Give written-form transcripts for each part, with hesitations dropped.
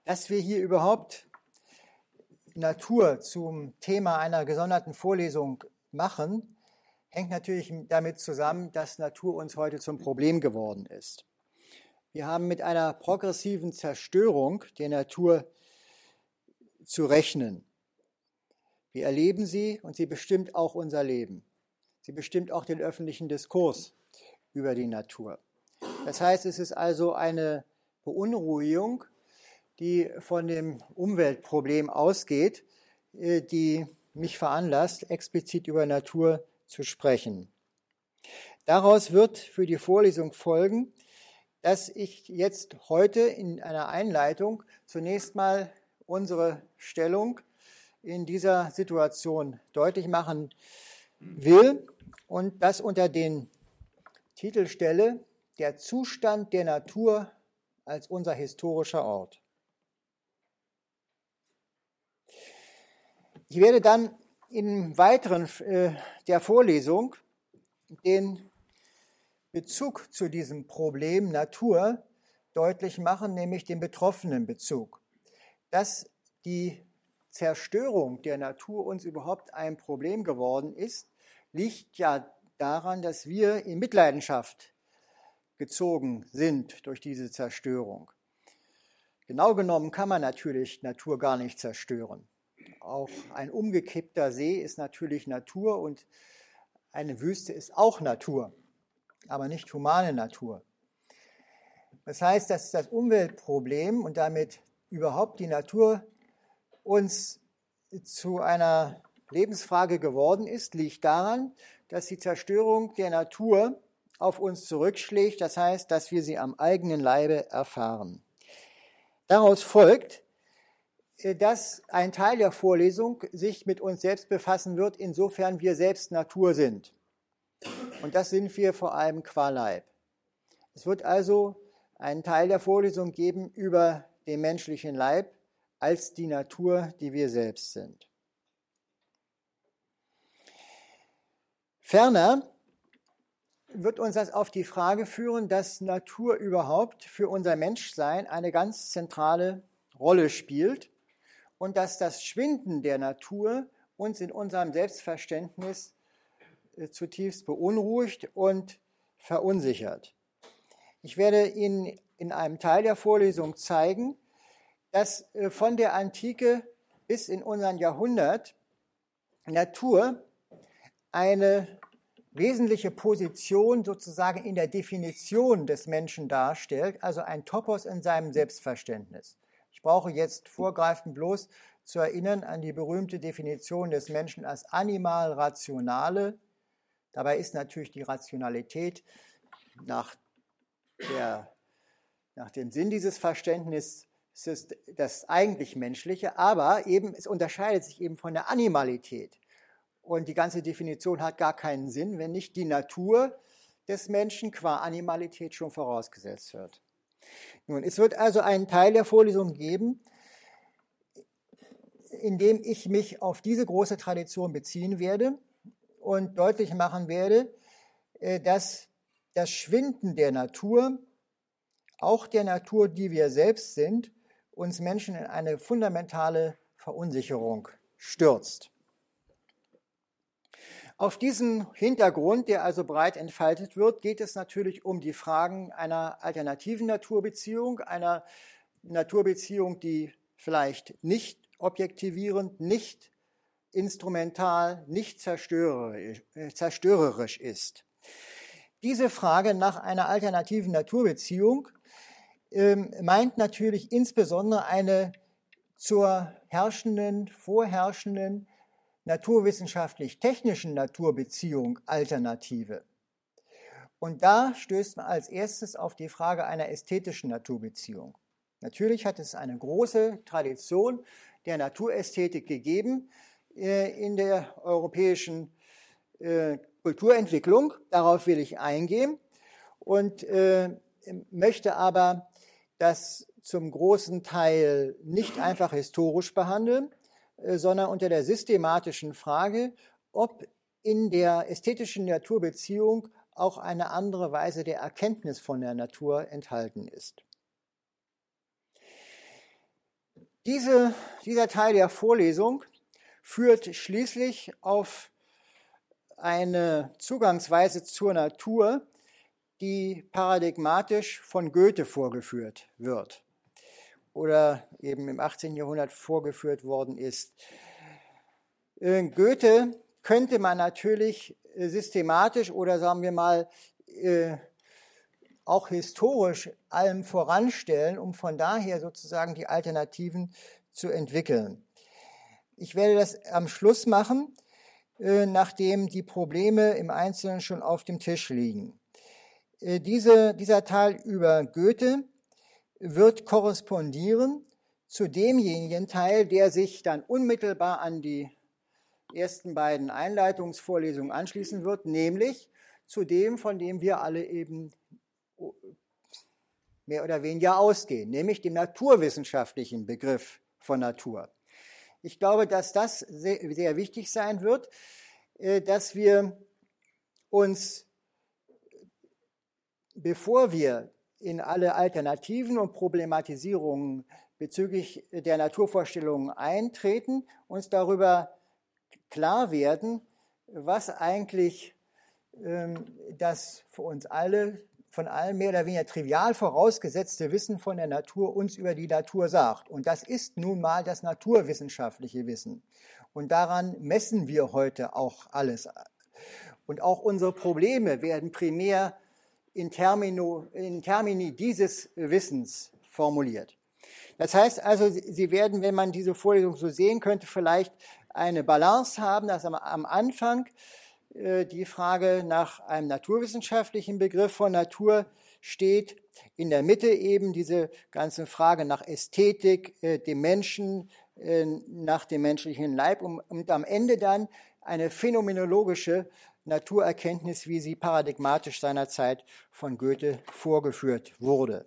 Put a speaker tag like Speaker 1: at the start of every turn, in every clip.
Speaker 1: Dass wir hier überhaupt Natur zum Thema einer gesonderten Vorlesung machen, hängt natürlich damit zusammen, dass Natur uns heute zum Problem geworden ist. Wir haben mit einer progressiven Zerstörung der Natur zu rechnen. Wir erleben sie und sie bestimmt auch unser Leben. Sie bestimmt auch den öffentlichen Diskurs über die Natur. Das heißt, es ist also eine Beunruhigung, die von dem Umweltproblem ausgeht, die mich veranlasst, explizit über Natur zu sprechen. Daraus wird für die Vorlesung folgen, dass ich jetzt heute in einer Einleitung zunächst mal unsere Stellung in dieser Situation deutlich machen will und das unter den Titel stelle: Der Zustand der Natur als unser historischer Ort. Ich werde dann im Weiteren der Vorlesung den Bezug zu diesem Problem Natur deutlich machen, nämlich den betroffenen Bezug. Dass die Zerstörung der Natur uns überhaupt ein Problem geworden ist, liegt ja daran, dass wir in Mitleidenschaft gezogen sind durch diese Zerstörung. Genau genommen kann man natürlich Natur gar nicht zerstören. Auch ein umgekippter See ist natürlich Natur und eine Wüste ist auch Natur, aber nicht humane Natur. Das heißt, dass das Umweltproblem und damit überhaupt die Natur uns zu einer Lebensfrage geworden ist, liegt daran, dass die Zerstörung der Natur auf uns zurückschlägt, das heißt, dass wir sie am eigenen Leibe erfahren. Daraus folgt, dass ein Teil der Vorlesung sich mit uns selbst befassen wird, insofern wir selbst Natur sind. Und das sind wir vor allem qua Leib. Es wird also einen Teil der Vorlesung geben über den menschlichen Leib als die Natur, die wir selbst sind. Ferner wird uns das auf die Frage führen, dass Natur überhaupt für unser Menschsein eine ganz zentrale Rolle spielt und dass das Schwinden der Natur uns in unserem Selbstverständnis zutiefst beunruhigt und verunsichert. Ich werde Ihnen in einem Teil der Vorlesung zeigen, dass von der Antike bis in unseren Jahrhundert Natur eine wesentliche Position sozusagen in der Definition des Menschen darstellt, also ein Topos in seinem Selbstverständnis. Ich brauche jetzt vorgreifend bloß zu erinnern an die berühmte Definition des Menschen als Animal Rationale. Dabei ist natürlich die Rationalität nach dem Sinn dieses Verständnisses das eigentlich Menschliche, aber eben es unterscheidet sich eben von der Animalität. Und die ganze Definition hat gar keinen Sinn, wenn nicht die Natur des Menschen qua Animalität schon vorausgesetzt wird. Nun, es wird also einen Teil der Vorlesung geben, in dem ich mich auf diese große Tradition beziehen werde und deutlich machen werde, dass das Schwinden der Natur, auch der Natur, die wir selbst sind, uns Menschen in eine fundamentale Verunsicherung stürzt. Auf diesem Hintergrund, der also breit entfaltet wird, geht es natürlich um die Fragen einer alternativen Naturbeziehung, einer Naturbeziehung, die vielleicht nicht objektivierend, nicht instrumental, nicht zerstörerisch ist. Diese Frage nach einer alternativen Naturbeziehung meint natürlich insbesondere eine zur vorherrschenden naturwissenschaftlich-technischen Naturbeziehung Alternative. Und da stößt man als erstes auf die Frage einer ästhetischen Naturbeziehung. Natürlich hat es eine große Tradition der Naturästhetik gegeben in der europäischen Kulturentwicklung. Darauf will ich eingehen und möchte aber das zum großen Teil nicht einfach historisch behandeln, sondern unter der systematischen Frage, ob in der ästhetischen Naturbeziehung auch eine andere Weise der Erkenntnis von der Natur enthalten ist. Dieser Teil der Vorlesung führt schließlich auf eine Zugangsweise zur Natur, die paradigmatisch von Goethe vorgeführt wird oder eben im 18. Jahrhundert vorgeführt worden ist. Goethe könnte man natürlich systematisch oder sagen wir mal auch historisch allem voranstellen, um von daher sozusagen die Alternativen zu entwickeln. Ich werde das am Schluss machen, nachdem die Probleme im Einzelnen schon auf dem Tisch liegen. Dieser Teil über Goethe wird korrespondieren zu demjenigen Teil, der sich dann unmittelbar an die ersten beiden Einleitungsvorlesungen anschließen wird, nämlich zu dem, von dem wir alle eben mehr oder weniger ausgehen, nämlich dem naturwissenschaftlichen Begriff von Natur. Ich glaube, dass das sehr, sehr wichtig sein wird, dass wir uns, bevor wir in alle Alternativen und Problematisierungen bezüglich der Naturvorstellungen eintreten, uns darüber klar werden, was eigentlich das für uns alle von allem mehr oder weniger trivial vorausgesetzte Wissen von der Natur uns über die Natur sagt. Und das ist nun mal das naturwissenschaftliche Wissen. Und daran messen wir heute auch alles. Und auch unsere Probleme werden primär in Termini dieses Wissens formuliert. Das heißt also, Sie werden, wenn man diese Vorlesung so sehen könnte, vielleicht eine Balance haben, dass am Anfang die Frage nach einem naturwissenschaftlichen Begriff von Natur steht, in der Mitte eben diese ganze Frage nach Ästhetik, dem Menschen, nach dem menschlichen Leib und am Ende dann eine phänomenologische Naturerkenntnis, wie sie paradigmatisch seinerzeit von Goethe vorgeführt wurde.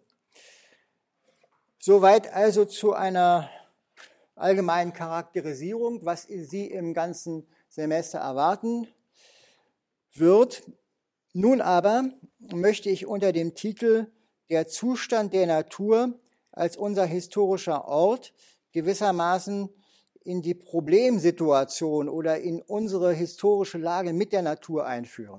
Speaker 1: Soweit also zu einer allgemeinen Charakterisierung, was Sie im ganzen Semester erwarten wird. Nun aber möchte ich unter dem Titel Der Zustand der Natur als unser historischer Ort gewissermaßen in die Problemsituation oder in unsere historische Lage mit der Natur einführen.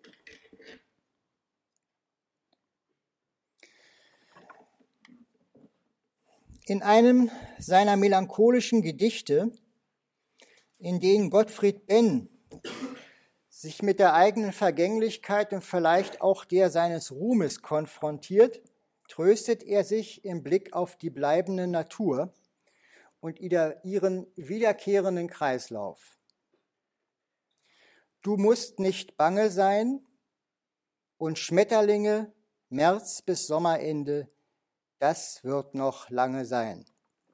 Speaker 1: In einem seiner melancholischen Gedichte, in denen Gottfried Benn sich mit der eigenen Vergänglichkeit und vielleicht auch der seines Ruhmes konfrontiert, tröstet er sich im Blick auf die bleibende Natur und ihren wiederkehrenden Kreislauf. Du musst nicht bange sein und Schmetterlinge, März bis Sommerende, das wird noch lange sein.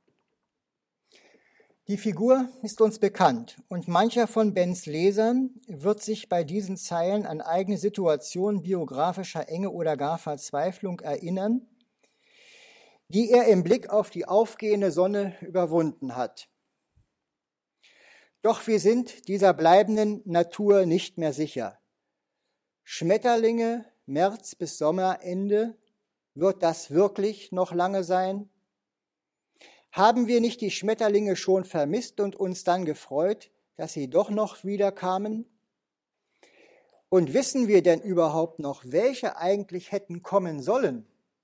Speaker 1: Die Figur ist uns bekannt und mancher von Benns Lesern wird sich bei diesen Zeilen an eigene Situationen biografischer Enge oder gar Verzweiflung erinnern, die er im Blick auf die aufgehende Sonne überwunden hat. Doch wir sind dieser bleibenden Natur nicht mehr sicher. Schmetterlinge, März bis Sommerende, wird das wirklich noch lange sein? Haben wir nicht die Schmetterlinge schon vermisst und uns dann gefreut, dass sie doch noch wieder kamen? Und wissen wir denn überhaupt noch, welche eigentlich hätten kommen sollen?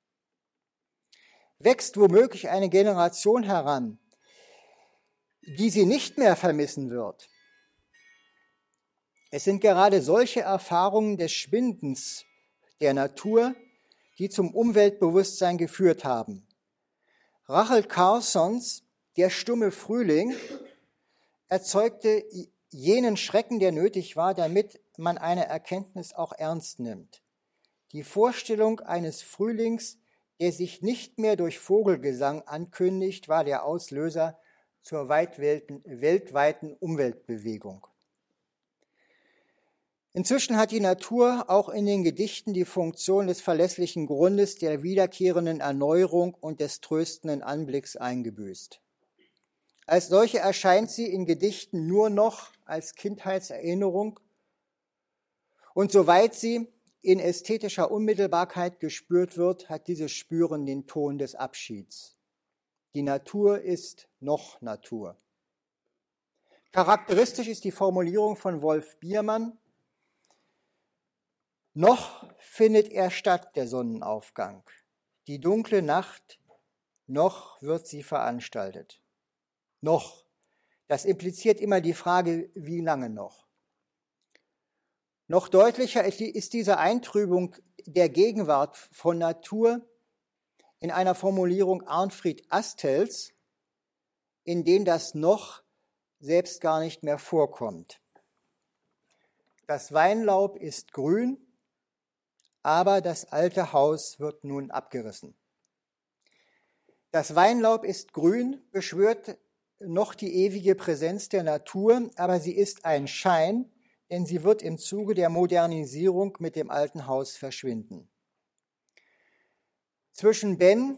Speaker 1: Wächst womöglich eine Generation heran, die sie nicht mehr vermissen wird? Es sind gerade solche Erfahrungen des Schwindens der Natur, die zum Umweltbewusstsein geführt haben. Rachel Carsons Der stumme Frühling erzeugte jenen Schrecken, der nötig war, damit man eine Erkenntnis auch ernst nimmt. Die Vorstellung eines Frühlings, der sich nicht mehr durch Vogelgesang ankündigt, war der Auslöser zur weltweiten Umweltbewegung. Inzwischen hat die Natur auch in den Gedichten die Funktion des verlässlichen Grundes, der wiederkehrenden Erneuerung und des tröstenden Anblicks eingebüßt. Als solche erscheint sie in Gedichten nur noch als Kindheitserinnerung und soweit sie in ästhetischer Unmittelbarkeit gespürt wird, hat dieses Spüren den Ton des Abschieds. Die Natur ist noch Natur. Charakteristisch ist die Formulierung von Wolf Biermann: Noch findet er statt, der Sonnenaufgang. Die dunkle Nacht, noch wird sie veranstaltet. Noch. Das impliziert immer die Frage, wie lange noch? Noch deutlicher ist diese Eintrübung der Gegenwart von Natur in einer Formulierung Arnfried Astels, in dem das noch selbst gar nicht mehr vorkommt. Das Weinlaub ist grün, aber das alte Haus wird nun abgerissen. Das Weinlaub ist grün, beschwört noch die ewige Präsenz der Natur, aber sie ist ein Schein, denn sie wird im Zuge der Modernisierung mit dem alten Haus verschwinden. Zwischen Ben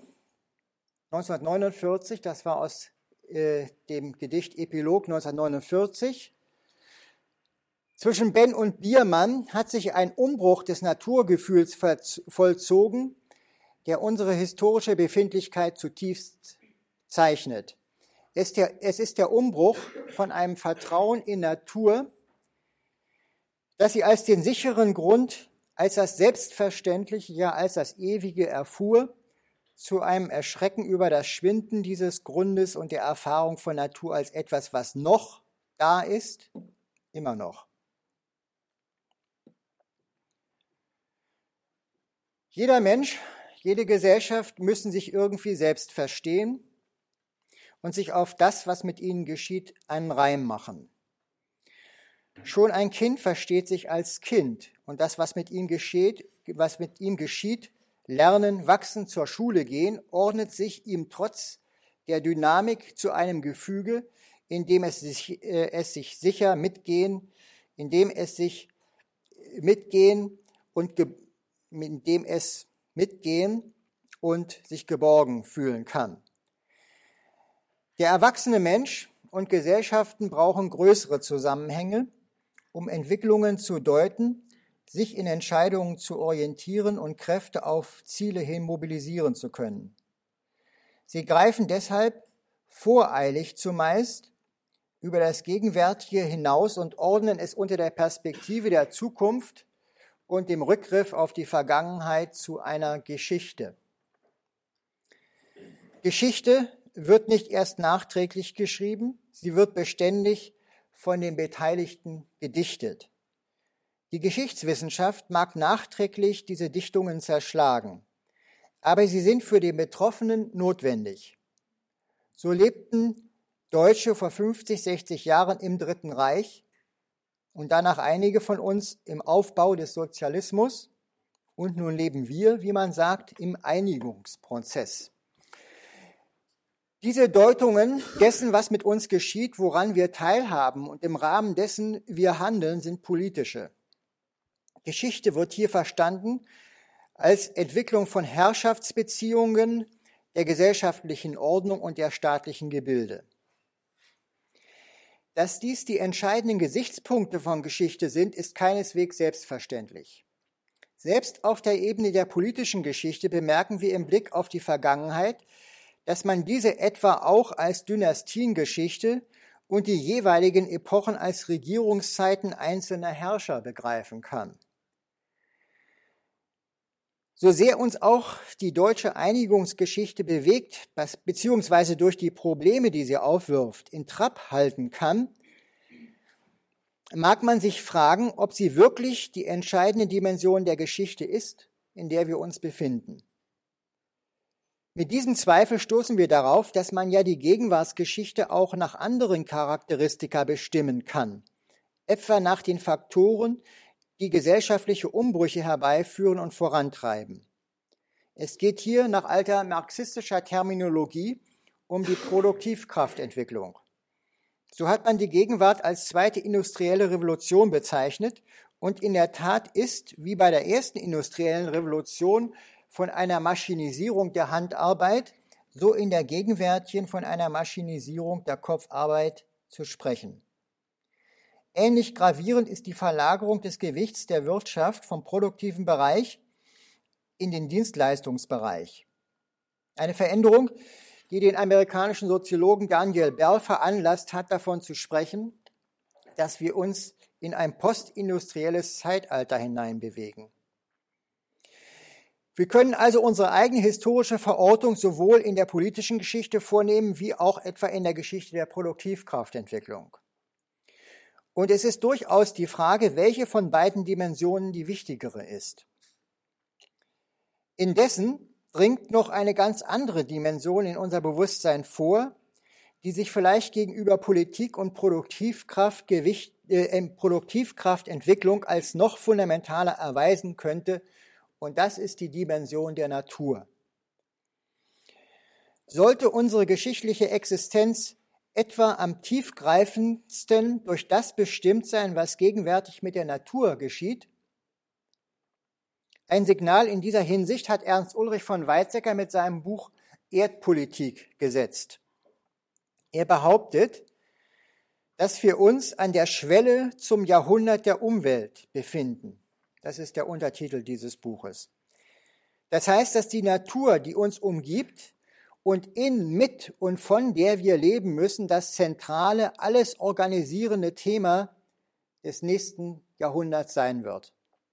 Speaker 1: 1949, das war aus dem Gedicht Epilog 1949, zwischen Ben und Biermann hat sich ein Umbruch des Naturgefühls vollzogen, der unsere historische Befindlichkeit zutiefst zeichnet. Es ist der Umbruch von einem Vertrauen in Natur, das sie als den sicheren Grund, als das Selbstverständliche, ja als das Ewige erfuhr, zu einem Erschrecken über das Schwinden dieses Grundes und der Erfahrung von Natur als etwas, was noch da ist, immer noch. Jeder Mensch, jede Gesellschaft müssen sich irgendwie selbst verstehen und sich auf das, was mit ihnen geschieht, einen Reim machen. Schon ein Kind versteht sich als Kind und das, was mit ihm geschieht, lernen, wachsen, zur Schule gehen, ordnet sich ihm trotz der Dynamik zu einem Gefüge, in dem es sich sicher mitgehen, in dem es mitgehen und sich geborgen fühlen kann. Der erwachsene Mensch und Gesellschaften brauchen größere Zusammenhänge, um Entwicklungen zu deuten, sich in Entscheidungen zu orientieren und Kräfte auf Ziele hin mobilisieren zu können. Sie greifen deshalb voreilig zumeist über das Gegenwärtige hinaus und ordnen es unter der Perspektive der Zukunft und dem Rückgriff auf die Vergangenheit zu einer Geschichte. Geschichte wird nicht erst nachträglich geschrieben, sie wird beständig von den Beteiligten gedichtet. Die Geschichtswissenschaft mag nachträglich diese Dichtungen zerschlagen, aber sie sind für den Betroffenen notwendig. So lebten Deutsche vor 50, 60 Jahren im Dritten Reich und danach einige von uns im Aufbau des Sozialismus und nun leben wir, wie man sagt, im Einigungsprozess. Diese Deutungen dessen, was mit uns geschieht, woran wir teilhaben und im Rahmen dessen wir handeln, sind politische. Geschichte wird hier verstanden als Entwicklung von Herrschaftsbeziehungen, der gesellschaftlichen Ordnung und der staatlichen Gebilde. Dass dies die entscheidenden Gesichtspunkte von Geschichte sind, ist keineswegs selbstverständlich. Selbst auf der Ebene der politischen Geschichte bemerken wir im Blick auf die Vergangenheit, dass man diese etwa auch als Dynastiengeschichte und die jeweiligen Epochen als Regierungszeiten einzelner Herrscher begreifen kann. So sehr uns auch die deutsche Einigungsgeschichte bewegt, beziehungsweise durch die Probleme, die sie aufwirft, in Trab halten kann, mag man sich fragen, ob sie wirklich die entscheidende Dimension der Geschichte ist, in der wir uns befinden. Mit diesem Zweifel stoßen wir darauf, dass man ja die Gegenwartsgeschichte auch nach anderen Charakteristika bestimmen kann, etwa nach den Faktoren, die gesellschaftliche Umbrüche herbeiführen und vorantreiben. Es geht hier nach alter marxistischer Terminologie um die Produktivkraftentwicklung. So hat man die Gegenwart als zweite industrielle Revolution bezeichnet und in der Tat ist, wie bei der ersten industriellen Revolution, von einer Maschinisierung der Handarbeit, so in der gegenwärtigen von einer Maschinisierung der Kopfarbeit zu sprechen. Ähnlich gravierend ist die Verlagerung des Gewichts der Wirtschaft vom produktiven Bereich in den Dienstleistungsbereich. Eine Veränderung, die den amerikanischen Soziologen Daniel Bell veranlasst hat, davon zu sprechen, dass wir uns in ein postindustrielles Zeitalter hineinbewegen. Wir können also unsere eigene historische Verortung sowohl in der politischen Geschichte vornehmen, wie auch etwa in der Geschichte der Produktivkraftentwicklung. Und es ist durchaus die Frage, welche von beiden Dimensionen die wichtigere ist. Indessen dringt noch eine ganz andere Dimension in unser Bewusstsein vor, die sich vielleicht gegenüber Politik und Produktivkraftentwicklung als noch fundamentaler erweisen könnte, und das ist die Dimension der Natur. Sollte unsere geschichtliche Existenz etwa am tiefgreifendsten durch das bestimmt sein, was gegenwärtig mit der Natur geschieht? Ein Signal in dieser Hinsicht hat Ernst Ulrich von Weizsäcker mit seinem Buch Erdpolitik gesetzt. Er behauptet, dass wir uns an der Schwelle zum Jahrhundert der Umwelt befinden. Das ist der Untertitel dieses Buches. Das heißt, dass die Natur, die uns umgibt und in, mit und von der wir leben müssen, das zentrale, alles organisierende Thema des nächsten Jahrhunderts sein wird.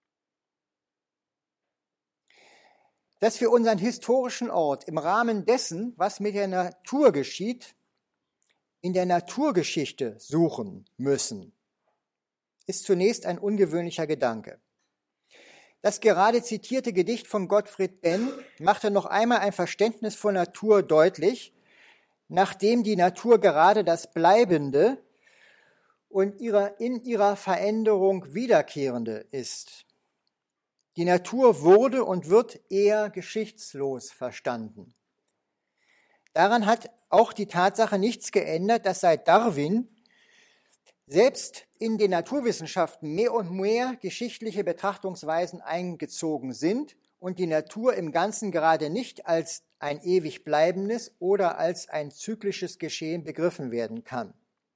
Speaker 1: Dass wir unseren historischen Ort im Rahmen dessen, was mit der Natur geschieht, in der Naturgeschichte suchen müssen, ist zunächst ein ungewöhnlicher Gedanke. Das gerade zitierte Gedicht von Gottfried Benn machte noch einmal ein Verständnis von Natur deutlich, nachdem die Natur gerade das Bleibende und in ihrer Veränderung Wiederkehrende ist. Die Natur wurde und wird eher geschichtslos verstanden. Daran hat auch die Tatsache nichts geändert, dass seit Darwin selbst in den Naturwissenschaften mehr und mehr geschichtliche Betrachtungsweisen eingezogen sind und die Natur im Ganzen gerade nicht als ein ewig bleibendes oder als ein zyklisches Geschehen begriffen werden kann.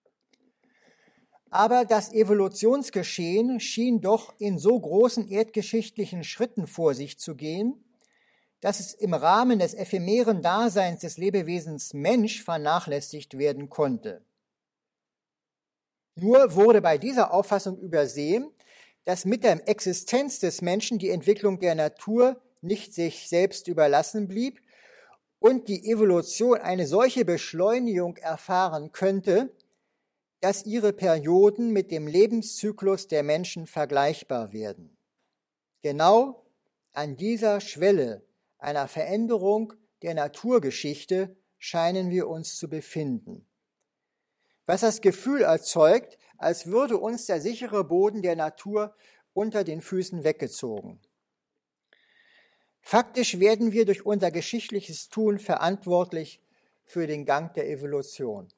Speaker 1: Aber das Evolutionsgeschehen schien doch in so großen erdgeschichtlichen Schritten vor sich zu gehen, dass es im Rahmen des ephemeren Daseins des Lebewesens Mensch vernachlässigt werden konnte. Nur wurde bei dieser Auffassung übersehen, dass mit der Existenz des Menschen die Entwicklung der Natur nicht sich selbst überlassen blieb und die Evolution eine solche Beschleunigung erfahren könnte, dass ihre Perioden mit dem Lebenszyklus der Menschen vergleichbar werden. Genau an dieser Schwelle einer Veränderung der Naturgeschichte scheinen wir uns zu befinden, was das Gefühl erzeugt, als würde uns der sichere Boden der Natur unter den Füßen weggezogen. Faktisch werden wir durch unser geschichtliches Tun verantwortlich für den Gang der Evolution.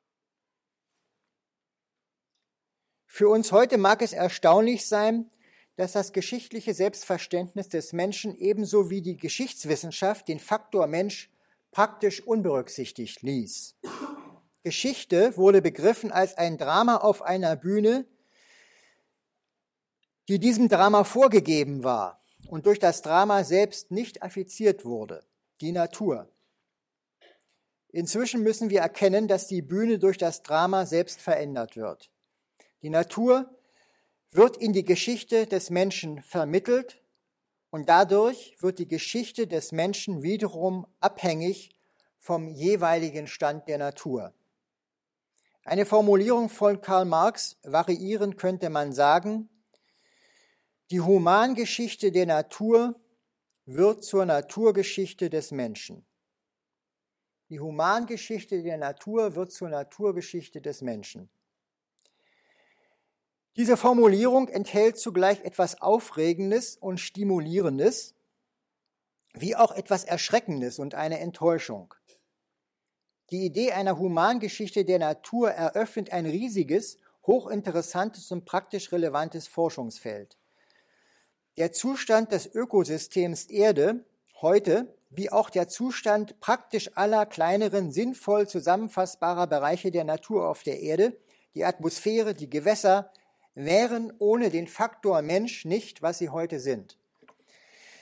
Speaker 1: Für uns heute mag es erstaunlich sein, dass das geschichtliche Selbstverständnis des Menschen ebenso wie die Geschichtswissenschaft den Faktor Mensch praktisch unberücksichtigt ließ. Geschichte wurde begriffen als ein Drama auf einer Bühne, die diesem Drama vorgegeben war und durch das Drama selbst nicht affiziert wurde, die Natur. Inzwischen müssen wir erkennen, dass die Bühne durch das Drama selbst verändert wird. Die Natur wird in die Geschichte des Menschen vermittelt und dadurch wird die Geschichte des Menschen wiederum abhängig vom jeweiligen Stand der Natur. Eine Formulierung von Karl Marx variieren könnte man sagen, die Humangeschichte der Natur wird zur Naturgeschichte des Menschen. Die Humangeschichte der Natur wird zur Naturgeschichte des Menschen. Diese Formulierung enthält zugleich etwas Aufregendes und Stimulierendes, wie auch etwas Erschreckendes und eine Enttäuschung. Die Idee einer Humangeschichte der Natur eröffnet ein riesiges, hochinteressantes und praktisch relevantes Forschungsfeld. Der Zustand des Ökosystems Erde heute, wie auch der Zustand praktisch aller kleineren, sinnvoll zusammenfassbarer Bereiche der Natur auf der Erde, die Atmosphäre, die Gewässer, wären ohne den Faktor Mensch nicht, was sie heute sind.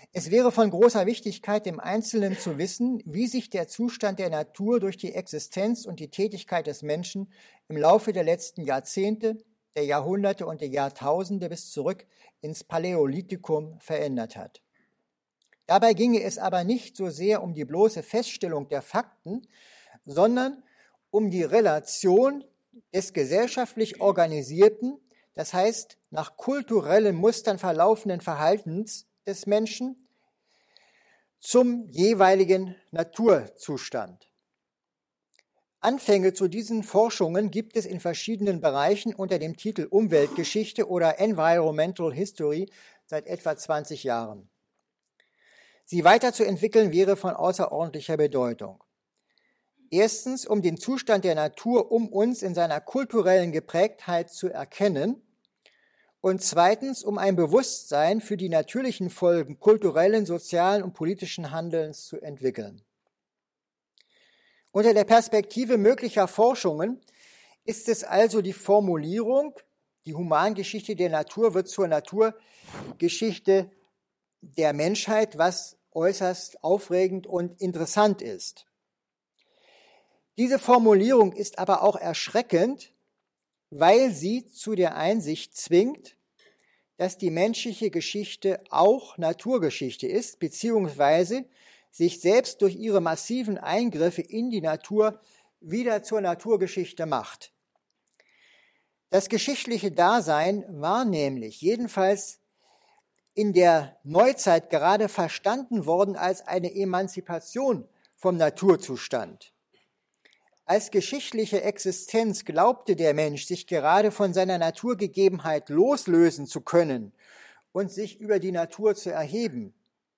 Speaker 1: Es wäre von großer Wichtigkeit, im Einzelnen zu wissen, wie sich der Zustand der Natur durch die Existenz und die Tätigkeit des Menschen im Laufe der letzten Jahrzehnte, der Jahrhunderte und der Jahrtausende bis zurück ins Paläolithikum verändert hat. Dabei ginge es aber nicht so sehr um die bloße Feststellung der Fakten, sondern um die Relation des gesellschaftlich organisierten, das heißt nach kulturellen Mustern verlaufenden Verhaltens des Menschen zum jeweiligen Naturzustand. Anfänge zu diesen Forschungen gibt es in verschiedenen Bereichen unter dem Titel Umweltgeschichte oder Environmental History seit etwa 20 Jahren. Sie weiterzuentwickeln wäre von außerordentlicher Bedeutung. Erstens, um den Zustand der Natur um uns in seiner kulturellen Geprägtheit zu erkennen, und zweitens, um ein Bewusstsein für die natürlichen Folgen kulturellen, sozialen und politischen Handelns zu entwickeln. Unter der Perspektive möglicher Forschungen ist es also die Formulierung, die Humangeschichte der Natur wird zur Naturgeschichte der Menschheit, was äußerst aufregend und interessant ist. Diese Formulierung ist aber auch erschreckend, weil sie zu der Einsicht zwingt, dass die menschliche Geschichte auch Naturgeschichte ist, beziehungsweise sich selbst durch ihre massiven Eingriffe in die Natur wieder zur Naturgeschichte macht. Das geschichtliche Dasein war nämlich jedenfalls in der Neuzeit gerade verstanden worden als eine Emanzipation vom Naturzustand. Als geschichtliche Existenz glaubte der Mensch, sich gerade von seiner Naturgegebenheit loslösen zu können und sich über die Natur zu erheben.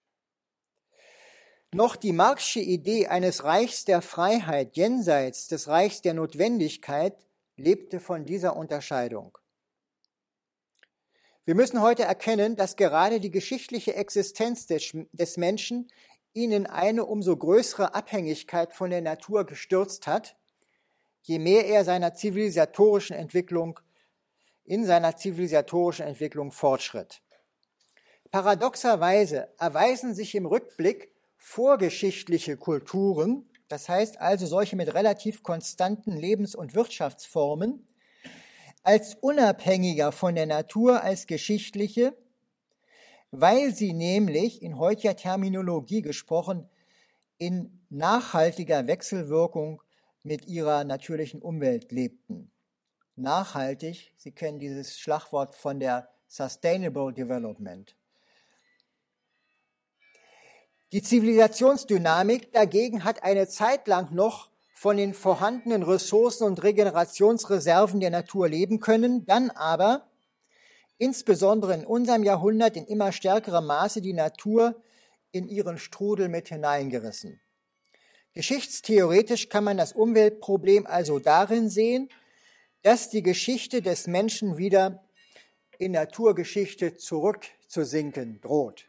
Speaker 1: Noch die Marxische Idee eines Reichs der Freiheit jenseits des Reichs der Notwendigkeit lebte von dieser Unterscheidung. Wir müssen heute erkennen, dass gerade die geschichtliche Existenz des Menschen ihn in eine umso größere Abhängigkeit von der Natur gestürzt hat, je mehr er in seiner zivilisatorischen Entwicklung fortschritt. Paradoxerweise erweisen sich im Rückblick vorgeschichtliche Kulturen, das heißt also solche mit relativ konstanten Lebens- und Wirtschaftsformen, als unabhängiger von der Natur als geschichtliche, weil sie nämlich, in heutiger Terminologie gesprochen, in nachhaltiger Wechselwirkung mit ihrer natürlichen Umwelt lebten. Nachhaltig, Sie kennen dieses Schlagwort von der Sustainable Development. Die Zivilisationsdynamik dagegen hat eine Zeit lang noch von den vorhandenen Ressourcen und Regenerationsreserven der Natur leben können, dann aber, insbesondere in unserem Jahrhundert, in immer stärkerem Maße die Natur in ihren Strudel mit hineingerissen. Geschichtstheoretisch kann man das Umweltproblem also darin sehen, dass die Geschichte des Menschen wieder in Naturgeschichte zurückzusinken droht.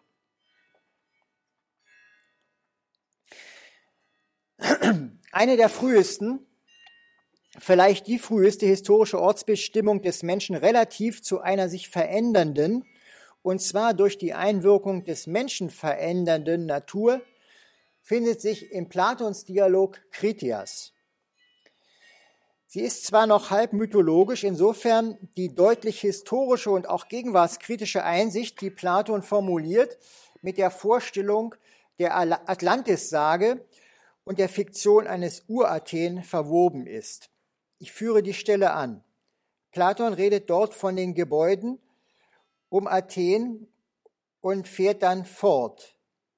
Speaker 1: Eine der frühesten, vielleicht die früheste historische Ortsbestimmung des Menschen relativ zu einer sich verändernden, und zwar durch die Einwirkung des Menschen verändernden Natur, findet sich im Platons Dialog Kritias. Sie ist zwar noch halb mythologisch, insofern die deutlich historische und auch gegenwartskritische Einsicht, die Platon formuliert, mit der Vorstellung der Atlantis-Sage und der Fiktion eines Urathen verwoben ist. Ich führe die Stelle an. Platon redet dort von den Gebäuden um Athen und fährt dann fort.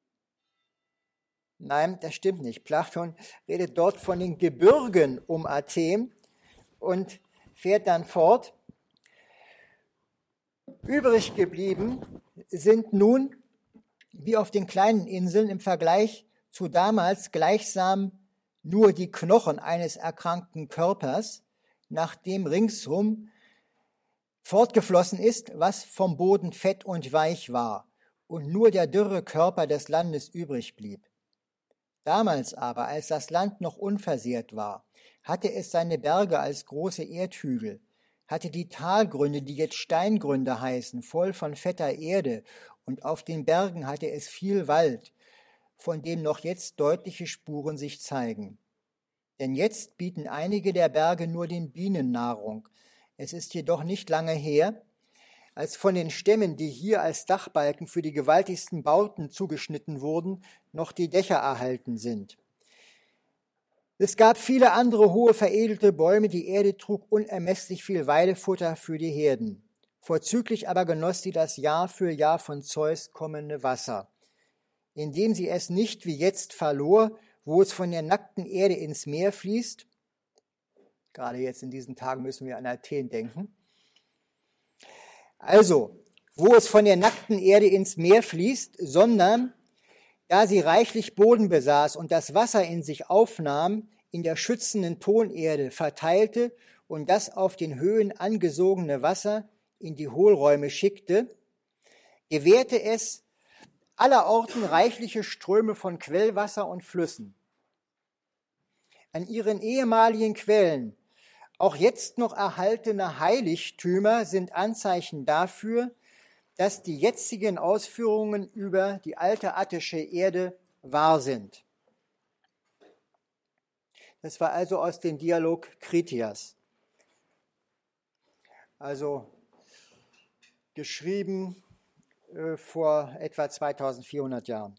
Speaker 1: Nein, das stimmt nicht. Platon redet dort von den Gebirgen um Athen und fährt dann fort. Übrig geblieben sind nun, wie auf den kleinen Inseln im Vergleich zu damals, gleichsam nur die Knochen eines erkrankten Körpers, nachdem ringsum fortgeflossen ist, was vom Boden fett und weich war und nur der dürre Körper des Landes übrig blieb. Damals aber, als das Land noch unversehrt war, hatte es seine Berge als große Erdhügel, hatte die Talgründe, die jetzt Steingründe heißen, voll von fetter Erde und auf den Bergen hatte es viel Wald, von dem noch jetzt deutliche Spuren sich zeigen. Denn jetzt bieten einige der Berge nur den Bienen Nahrung. Es ist jedoch nicht lange her, als von den Stämmen, die hier als Dachbalken für die gewaltigsten Bauten zugeschnitten wurden, noch die Dächer erhalten sind. Es gab viele andere hohe, veredelte Bäume, die Erde trug unermesslich viel Weidefutter für die Herden. Vorzüglich aber genoss sie das Jahr für Jahr von Zeus kommende Wasser, indem sie es nicht wie jetzt verlor, wo es von der nackten Erde ins Meer fließt. Gerade jetzt in diesen Tagen müssen wir an Athen denken. Also, wo es von der nackten Erde ins Meer fließt, sondern da sie reichlich Boden besaß und das Wasser in sich aufnahm, in der schützenden Tonerde verteilte und das auf den Höhen angesogene Wasser in die Hohlräume schickte, gewährte es allerorten reichliche Ströme von Quellwasser und Flüssen. An ihren ehemaligen Quellen, auch jetzt noch erhaltene Heiligtümer sind Anzeichen dafür, dass die jetzigen Ausführungen über die alte attische Erde wahr sind. Das war also aus dem Dialog Kritias. Also geschrieben vor etwa 2400 Jahren.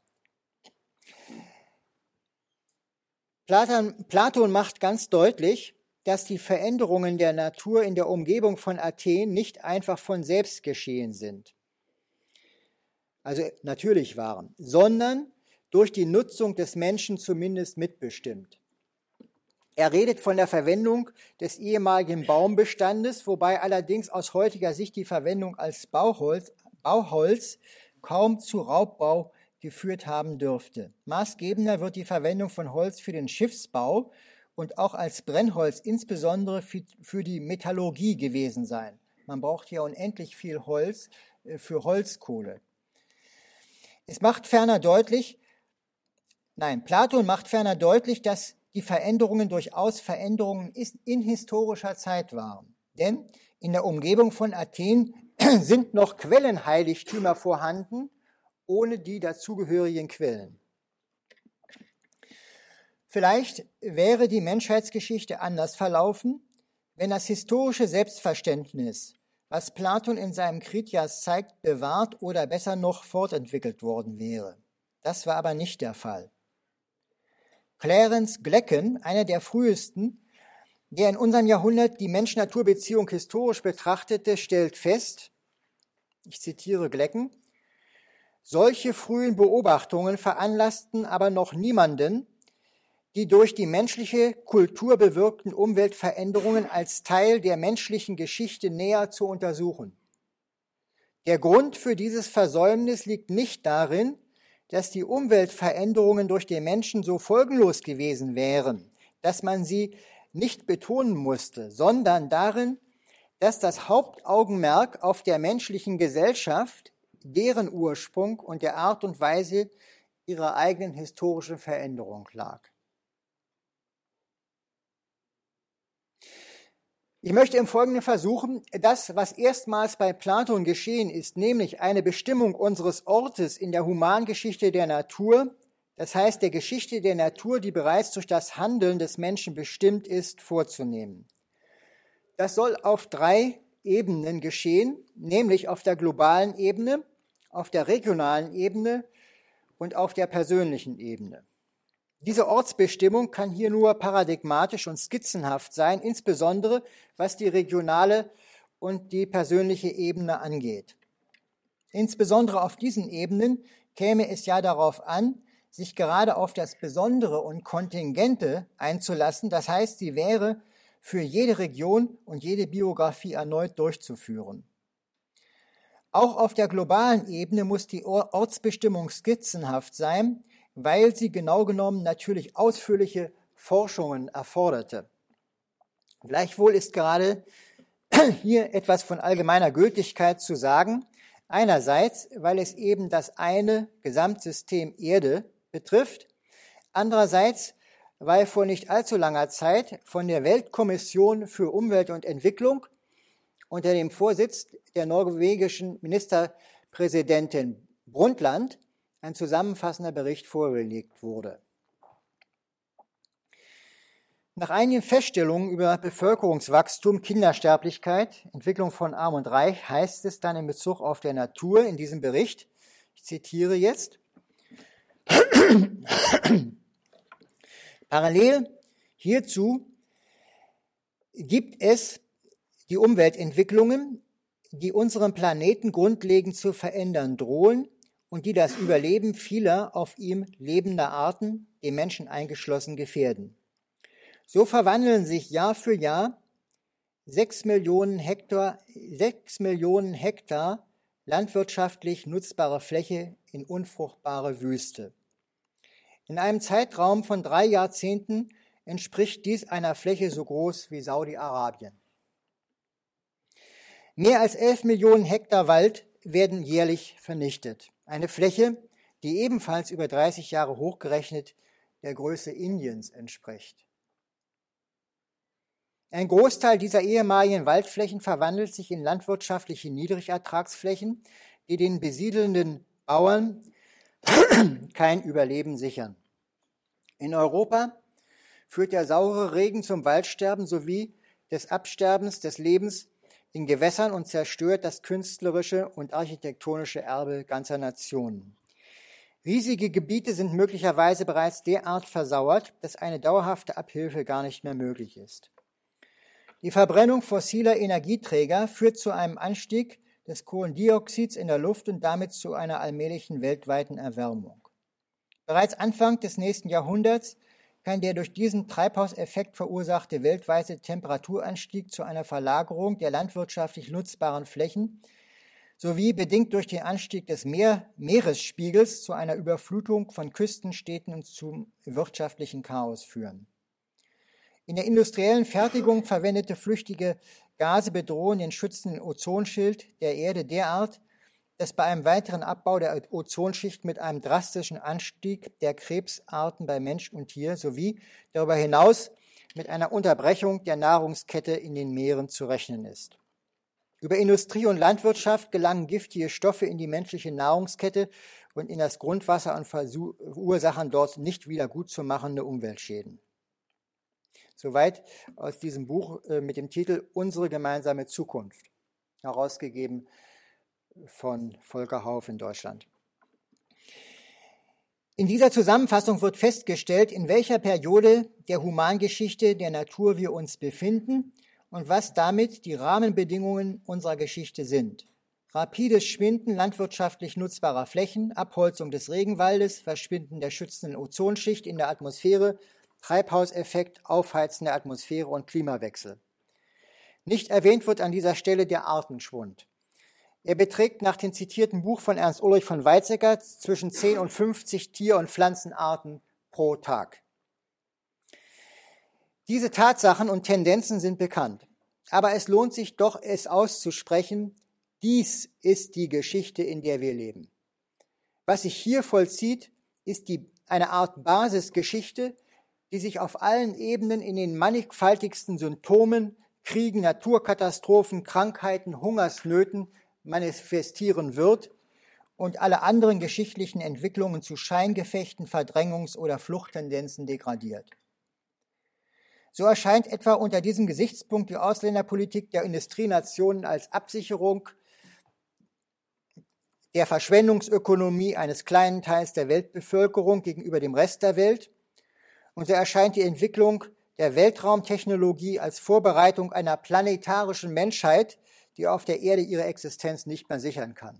Speaker 1: Platon macht ganz deutlich, dass die Veränderungen der Natur in der Umgebung von Athen nicht einfach von selbst geschehen sind, also natürlich waren, sondern durch die Nutzung des Menschen zumindest mitbestimmt. Er redet von der Verwendung des ehemaligen Baumbestandes, wobei allerdings aus heutiger Sicht die Verwendung als Bauholz kaum zu Raubbau geführt haben dürfte. Maßgebender wird die Verwendung von Holz für den Schiffsbau und auch als Brennholz insbesondere für die Metallurgie gewesen sein. Man braucht ja unendlich viel Holz für Holzkohle. Platon macht ferner deutlich, dass die Veränderungen durchaus Veränderungen in historischer Zeit waren. Denn in der Umgebung von Athen sind noch Quellenheiligtümer vorhanden, ohne die dazugehörigen Quellen. Vielleicht wäre die Menschheitsgeschichte anders verlaufen, wenn das historische Selbstverständnis, was Platon in seinem Kritias zeigt, bewahrt oder besser noch fortentwickelt worden wäre. Das war aber nicht der Fall. Clarence Glecken, einer der frühesten, der in unserem Jahrhundert die Mensch-Natur-Beziehung historisch betrachtete, stellt fest, ich zitiere Glecken, solche frühen Beobachtungen veranlassten aber noch niemanden, die durch die menschliche Kultur bewirkten Umweltveränderungen als Teil der menschlichen Geschichte näher zu untersuchen. Der Grund für dieses Versäumnis liegt nicht darin, dass die Umweltveränderungen durch den Menschen so folgenlos gewesen wären, dass man sie nicht betonen musste, sondern darin, dass das Hauptaugenmerk auf der menschlichen Gesellschaft, deren Ursprung und der Art und Weise ihrer eigenen historischen Veränderung lag. Ich möchte im Folgenden versuchen, das, was erstmals bei Platon geschehen ist, nämlich eine Bestimmung unseres Ortes in der Humangeschichte der Natur, das heißt der Geschichte der Natur, die bereits durch das Handeln des Menschen bestimmt ist, vorzunehmen. Das soll auf 3 Ebenen geschehen, nämlich auf der globalen Ebene, auf der regionalen Ebene und auf der persönlichen Ebene. Diese Ortsbestimmung kann hier nur paradigmatisch und skizzenhaft sein, insbesondere was die regionale und die persönliche Ebene angeht. Insbesondere auf diesen Ebenen käme es ja darauf an, sich gerade auf das Besondere und Kontingente einzulassen, das heißt, sie wäre für jede Region und jede Biografie erneut durchzuführen. Auch auf der globalen Ebene muss die Ortsbestimmung skizzenhaft sein, weil sie genau genommen natürlich ausführliche Forschungen erforderte. Gleichwohl ist gerade hier etwas von allgemeiner Gültigkeit zu sagen. Einerseits, weil es eben das eine Gesamtsystem Erde betrifft. Andererseits, weil vor nicht allzu langer Zeit von der Weltkommission für Umwelt und Entwicklung unter dem Vorsitz der norwegischen Ministerpräsidentin Brundtland ein zusammenfassender Bericht vorgelegt wurde. Nach einigen Feststellungen über Bevölkerungswachstum, Kindersterblichkeit, Entwicklung von Arm und Reich heißt es dann in Bezug auf der Natur in diesem Bericht, ich zitiere jetzt, parallel hierzu gibt es die Umweltentwicklungen, die unseren Planeten grundlegend zu verändern drohen und die das Überleben vieler auf ihm lebender Arten, den Menschen eingeschlossen, gefährden. So verwandeln sich Jahr für Jahr 6 Millionen Hektar landwirtschaftlich nutzbare Fläche in unfruchtbare Wüste. In einem Zeitraum von 3 Jahrzehnten entspricht dies einer Fläche so groß wie Saudi-Arabien. Mehr als 11 Millionen Hektar Wald werden jährlich vernichtet. Eine Fläche, die ebenfalls über 30 Jahre hochgerechnet der Größe Indiens entspricht. Ein Großteil dieser ehemaligen Waldflächen verwandelt sich in landwirtschaftliche Niedrigertragsflächen, die den besiedelnden Bauern kein Überleben sichern. In Europa führt der saure Regen zum Waldsterben sowie des Absterbens des Lebens in Gewässern und zerstört das künstlerische und architektonische Erbe ganzer Nationen. Riesige Gebiete sind möglicherweise bereits derart versauert, dass eine dauerhafte Abhilfe gar nicht mehr möglich ist. Die Verbrennung fossiler Energieträger führt zu einem Anstieg des Kohlendioxids in der Luft und damit zu einer allmählichen weltweiten Erwärmung. Bereits Anfang des nächsten Jahrhunderts kann der durch diesen Treibhauseffekt verursachte weltweite Temperaturanstieg zu einer Verlagerung der landwirtschaftlich nutzbaren Flächen sowie bedingt durch den Anstieg des Meeresspiegels zu einer Überflutung von Küstenstädten und zum wirtschaftlichen Chaos führen. In der industriellen Fertigung verwendete flüchtige Gase bedrohen den schützenden Ozonschild der Erde derart, dass bei einem weiteren Abbau der Ozonschicht mit einem drastischen Anstieg der Krebsarten bei Mensch und Tier sowie darüber hinaus mit einer Unterbrechung der Nahrungskette in den Meeren zu rechnen ist. Über Industrie und Landwirtschaft gelangen giftige Stoffe in die menschliche Nahrungskette und in das Grundwasser und verursachen dort nicht wieder gut zu machende Umweltschäden. Soweit aus diesem Buch mit dem Titel Unsere gemeinsame Zukunft, herausgegeben von Volker Hauff in Deutschland. In dieser Zusammenfassung wird festgestellt, in welcher Periode der Humangeschichte der Natur wir uns befinden und was damit die Rahmenbedingungen unserer Geschichte sind. Rapides Schwinden landwirtschaftlich nutzbarer Flächen, Abholzung des Regenwaldes, Verschwinden der schützenden Ozonschicht in der Atmosphäre, Treibhauseffekt, Aufheizen der Atmosphäre und Klimawechsel. Nicht erwähnt wird an dieser Stelle der Artenschwund. Er beträgt nach dem zitierten Buch von Ernst Ulrich von Weizsäcker zwischen 10 und 50 Tier- und Pflanzenarten pro Tag. Diese Tatsachen und Tendenzen sind bekannt, aber es lohnt sich doch, es auszusprechen, dies ist die Geschichte, in der wir leben. Was sich hier vollzieht, ist eine Art Basisgeschichte, die sich auf allen Ebenen in den mannigfaltigsten Symptomen, Kriegen, Naturkatastrophen, Krankheiten, Hungersnöten manifestieren wird und alle anderen geschichtlichen Entwicklungen zu Scheingefechten, Verdrängungs- oder Fluchttendenzen degradiert. So erscheint etwa unter diesem Gesichtspunkt die Ausländerpolitik der Industrienationen als Absicherung der Verschwendungsökonomie eines kleinen Teils der Weltbevölkerung gegenüber dem Rest der Welt. Und so erscheint die Entwicklung der Weltraumtechnologie als Vorbereitung einer planetarischen Menschheit, die auf der Erde ihre Existenz nicht mehr sichern kann.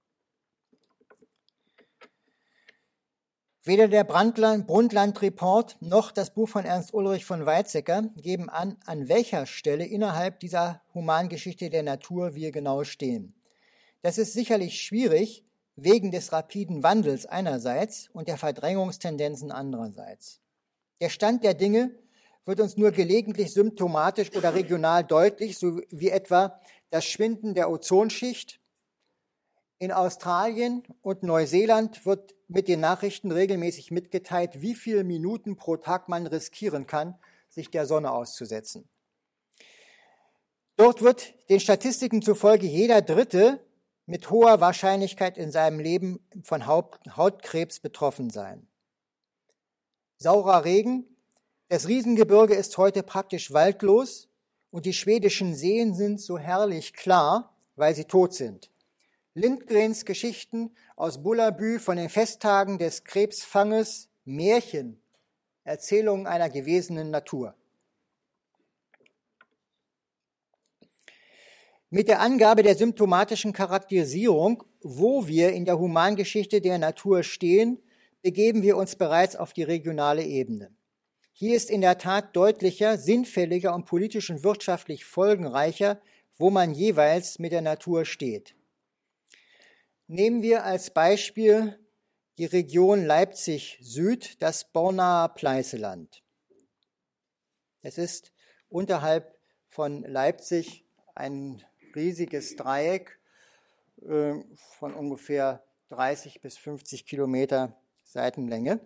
Speaker 1: Weder der Brundtland-Report noch das Buch von Ernst Ulrich von Weizsäcker geben an welcher Stelle innerhalb dieser Humangeschichte der Natur wir genau stehen. Das ist sicherlich schwierig, wegen des rapiden Wandels einerseits und der Verdrängungstendenzen andererseits. Der Stand der Dinge wird uns nur gelegentlich symptomatisch oder regional deutlich, so wie etwa das Schwinden der Ozonschicht. In Australien und Neuseeland wird mit den Nachrichten regelmäßig mitgeteilt, wie viele Minuten pro Tag man riskieren kann, sich der Sonne auszusetzen. Dort wird den Statistiken zufolge jeder Dritte mit hoher Wahrscheinlichkeit in seinem Leben von Hautkrebs betroffen sein. Saurer Regen. Das Riesengebirge ist heute praktisch waldlos und die schwedischen Seen sind so herrlich klar, weil sie tot sind. Lindgrens Geschichten aus Bullabü von den Festtagen des Krebsfanges, Märchen, Erzählungen einer gewesenen Natur. Mit der Angabe der symptomatischen Charakterisierung, wo wir in der Humangeschichte der Natur stehen, begeben wir uns bereits auf die regionale Ebene. Hier ist in der Tat deutlicher, sinnfälliger und politisch und wirtschaftlich folgenreicher, wo man jeweils mit der Natur steht. Nehmen wir als Beispiel die Region Leipzig-Süd, das Bornaer Pleißeland. Es ist unterhalb von Leipzig ein riesiges Dreieck von ungefähr 30 bis 50 Kilometer Seitenlänge.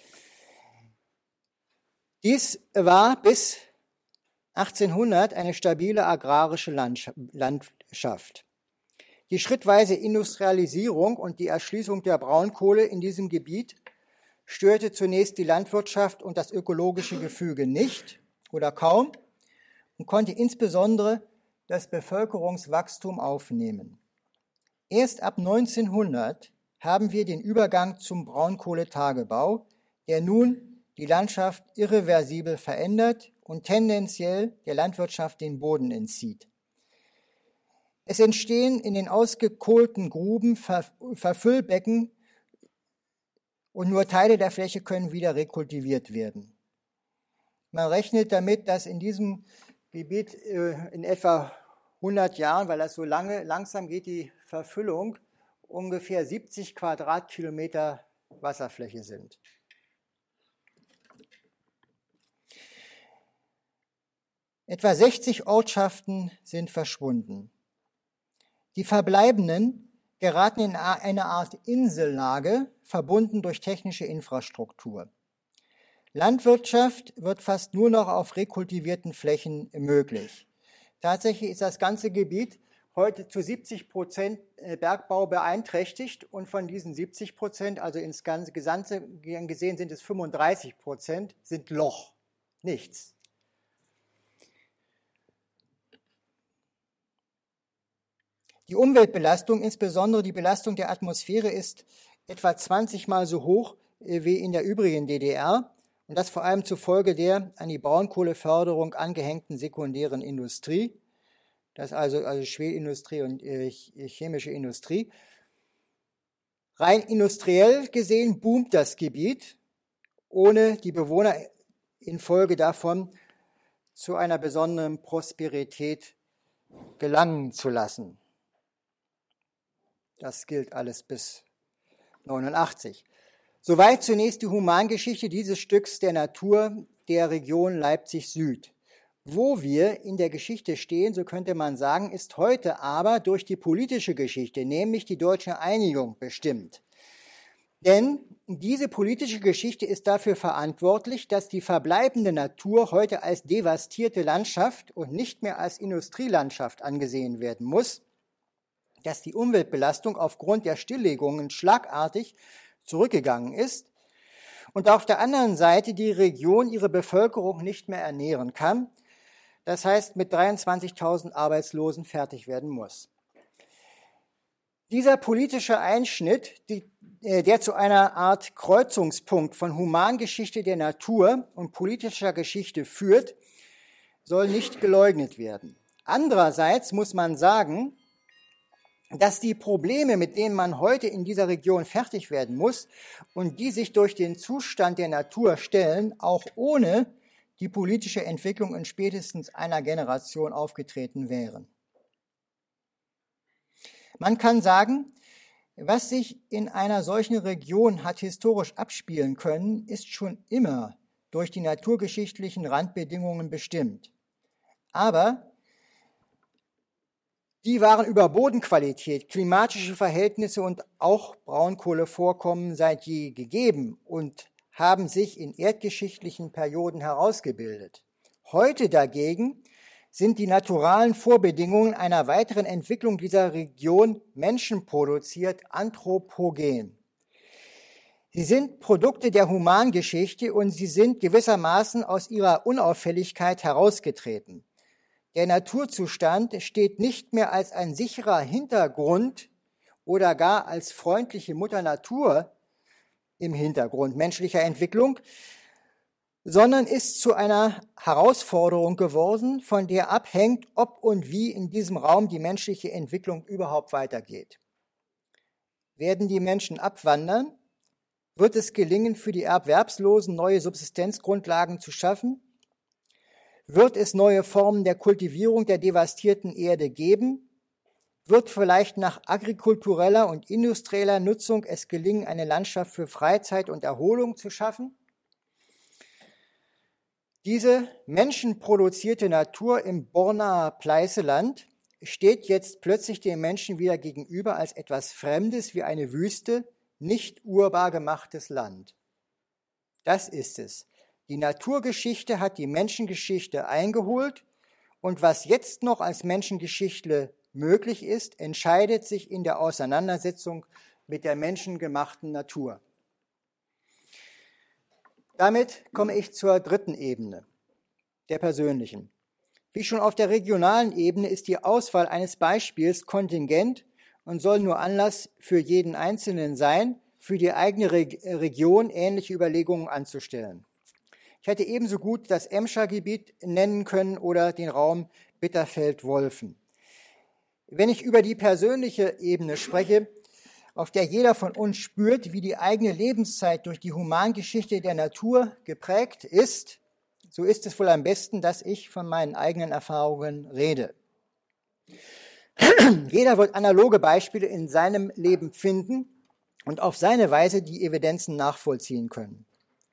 Speaker 1: Dies war bis 1800 eine stabile agrarische Landschaft. Die schrittweise Industrialisierung und die Erschließung der Braunkohle in diesem Gebiet störte zunächst die Landwirtschaft und das ökologische Gefüge nicht oder kaum und konnte insbesondere das Bevölkerungswachstum aufnehmen. Erst ab 1900 haben wir den Übergang zum Braunkohletagebau, der nun die Landschaft irreversibel verändert und tendenziell der Landwirtschaft den Boden entzieht. Es entstehen in den ausgekohlten Gruben Verfüllbecken und nur Teile der Fläche können wieder rekultiviert werden. Man rechnet damit, dass in diesem Gebiet in etwa 100 Jahren, weil das so langsam geht, die Verfüllung, ungefähr 70 Quadratkilometer Wasserfläche sind. Etwa 60 Ortschaften sind verschwunden. Die Verbleibenden geraten in eine Art Insellage, verbunden durch technische Infrastruktur. Landwirtschaft wird fast nur noch auf rekultivierten Flächen möglich. Tatsächlich ist das ganze Gebiet heute zu 70% Bergbau beeinträchtigt und von diesen 70%, also ins Gesamte gesehen sind es 35%, sind Loch, nichts. Die Umweltbelastung, insbesondere die Belastung der Atmosphäre, ist etwa 20 Mal so hoch wie in der übrigen DDR und das vor allem zufolge der an die Braunkohleförderung angehängten sekundären Industrie, das also Schwerindustrie und chemische Industrie. Rein industriell gesehen boomt das Gebiet, ohne die Bewohner infolge davon zu einer besonderen Prosperität gelangen zu lassen. Das gilt alles bis 89. Soweit zunächst die Humangeschichte dieses Stücks der Natur der Region Leipzig-Süd. Wo wir in der Geschichte stehen, so könnte man sagen, ist heute aber durch die politische Geschichte, nämlich die deutsche Einigung, bestimmt. Denn diese politische Geschichte ist dafür verantwortlich, dass die verbleibende Natur heute als devastierte Landschaft und nicht mehr als Industrielandschaft angesehen werden muss, dass die Umweltbelastung aufgrund der Stilllegungen schlagartig zurückgegangen ist und auf der anderen Seite die Region ihre Bevölkerung nicht mehr ernähren kann, das heißt mit 23.000 Arbeitslosen fertig werden muss. Dieser politische Einschnitt, der zu einer Art Kreuzungspunkt von Humangeschichte der Natur und politischer Geschichte führt, soll nicht geleugnet werden. Andererseits muss man sagen, dass die Probleme, mit denen man heute in dieser Region fertig werden muss und die sich durch den Zustand der Natur stellen, auch ohne die politische Entwicklung in spätestens einer Generation aufgetreten wären. Man kann sagen, was sich in einer solchen Region hat historisch abspielen können, ist schon immer durch die naturgeschichtlichen Randbedingungen bestimmt. Aber die waren über Bodenqualität, klimatische Verhältnisse und auch Braunkohlevorkommen seit je gegeben und haben sich in erdgeschichtlichen Perioden herausgebildet. Heute dagegen sind die naturalen Vorbedingungen einer weiteren Entwicklung dieser Region menschenproduziert, anthropogen. Sie sind Produkte der Humangeschichte und sie sind gewissermaßen aus ihrer Unauffälligkeit herausgetreten. Der Naturzustand steht nicht mehr als ein sicherer Hintergrund oder gar als freundliche Mutter Natur im Hintergrund menschlicher Entwicklung, sondern ist zu einer Herausforderung geworden, von der abhängt, ob und wie in diesem Raum die menschliche Entwicklung überhaupt weitergeht. Werden die Menschen abwandern? Wird es gelingen, für die Erwerbslosen neue Subsistenzgrundlagen zu schaffen? Wird es neue Formen der Kultivierung der devastierten Erde geben? Wird vielleicht nach agrikultureller und industrieller Nutzung es gelingen, eine Landschaft für Freizeit und Erholung zu schaffen? Diese menschenproduzierte Natur im Bornaer Pleißeland steht jetzt plötzlich den Menschen wieder gegenüber als etwas Fremdes wie eine Wüste, nicht urbar gemachtes Land. Das ist es. Die Naturgeschichte hat die Menschengeschichte eingeholt und was jetzt noch als Menschengeschichte möglich ist, entscheidet sich in der Auseinandersetzung mit der menschengemachten Natur. Damit komme ich zur dritten Ebene, der persönlichen. Wie schon auf der regionalen Ebene ist die Auswahl eines Beispiels kontingent und soll nur Anlass für jeden Einzelnen sein, für die eigene Region ähnliche Überlegungen anzustellen. Ich hätte ebenso gut das Emscher Gebiet nennen können oder den Raum Bitterfeld-Wolfen. Wenn ich über die persönliche Ebene spreche, auf der jeder von uns spürt, wie die eigene Lebenszeit durch die Humangeschichte der Natur geprägt ist, so ist es wohl am besten, dass ich von meinen eigenen Erfahrungen rede. Jeder wird analoge Beispiele in seinem Leben finden und auf seine Weise die Evidenzen nachvollziehen können.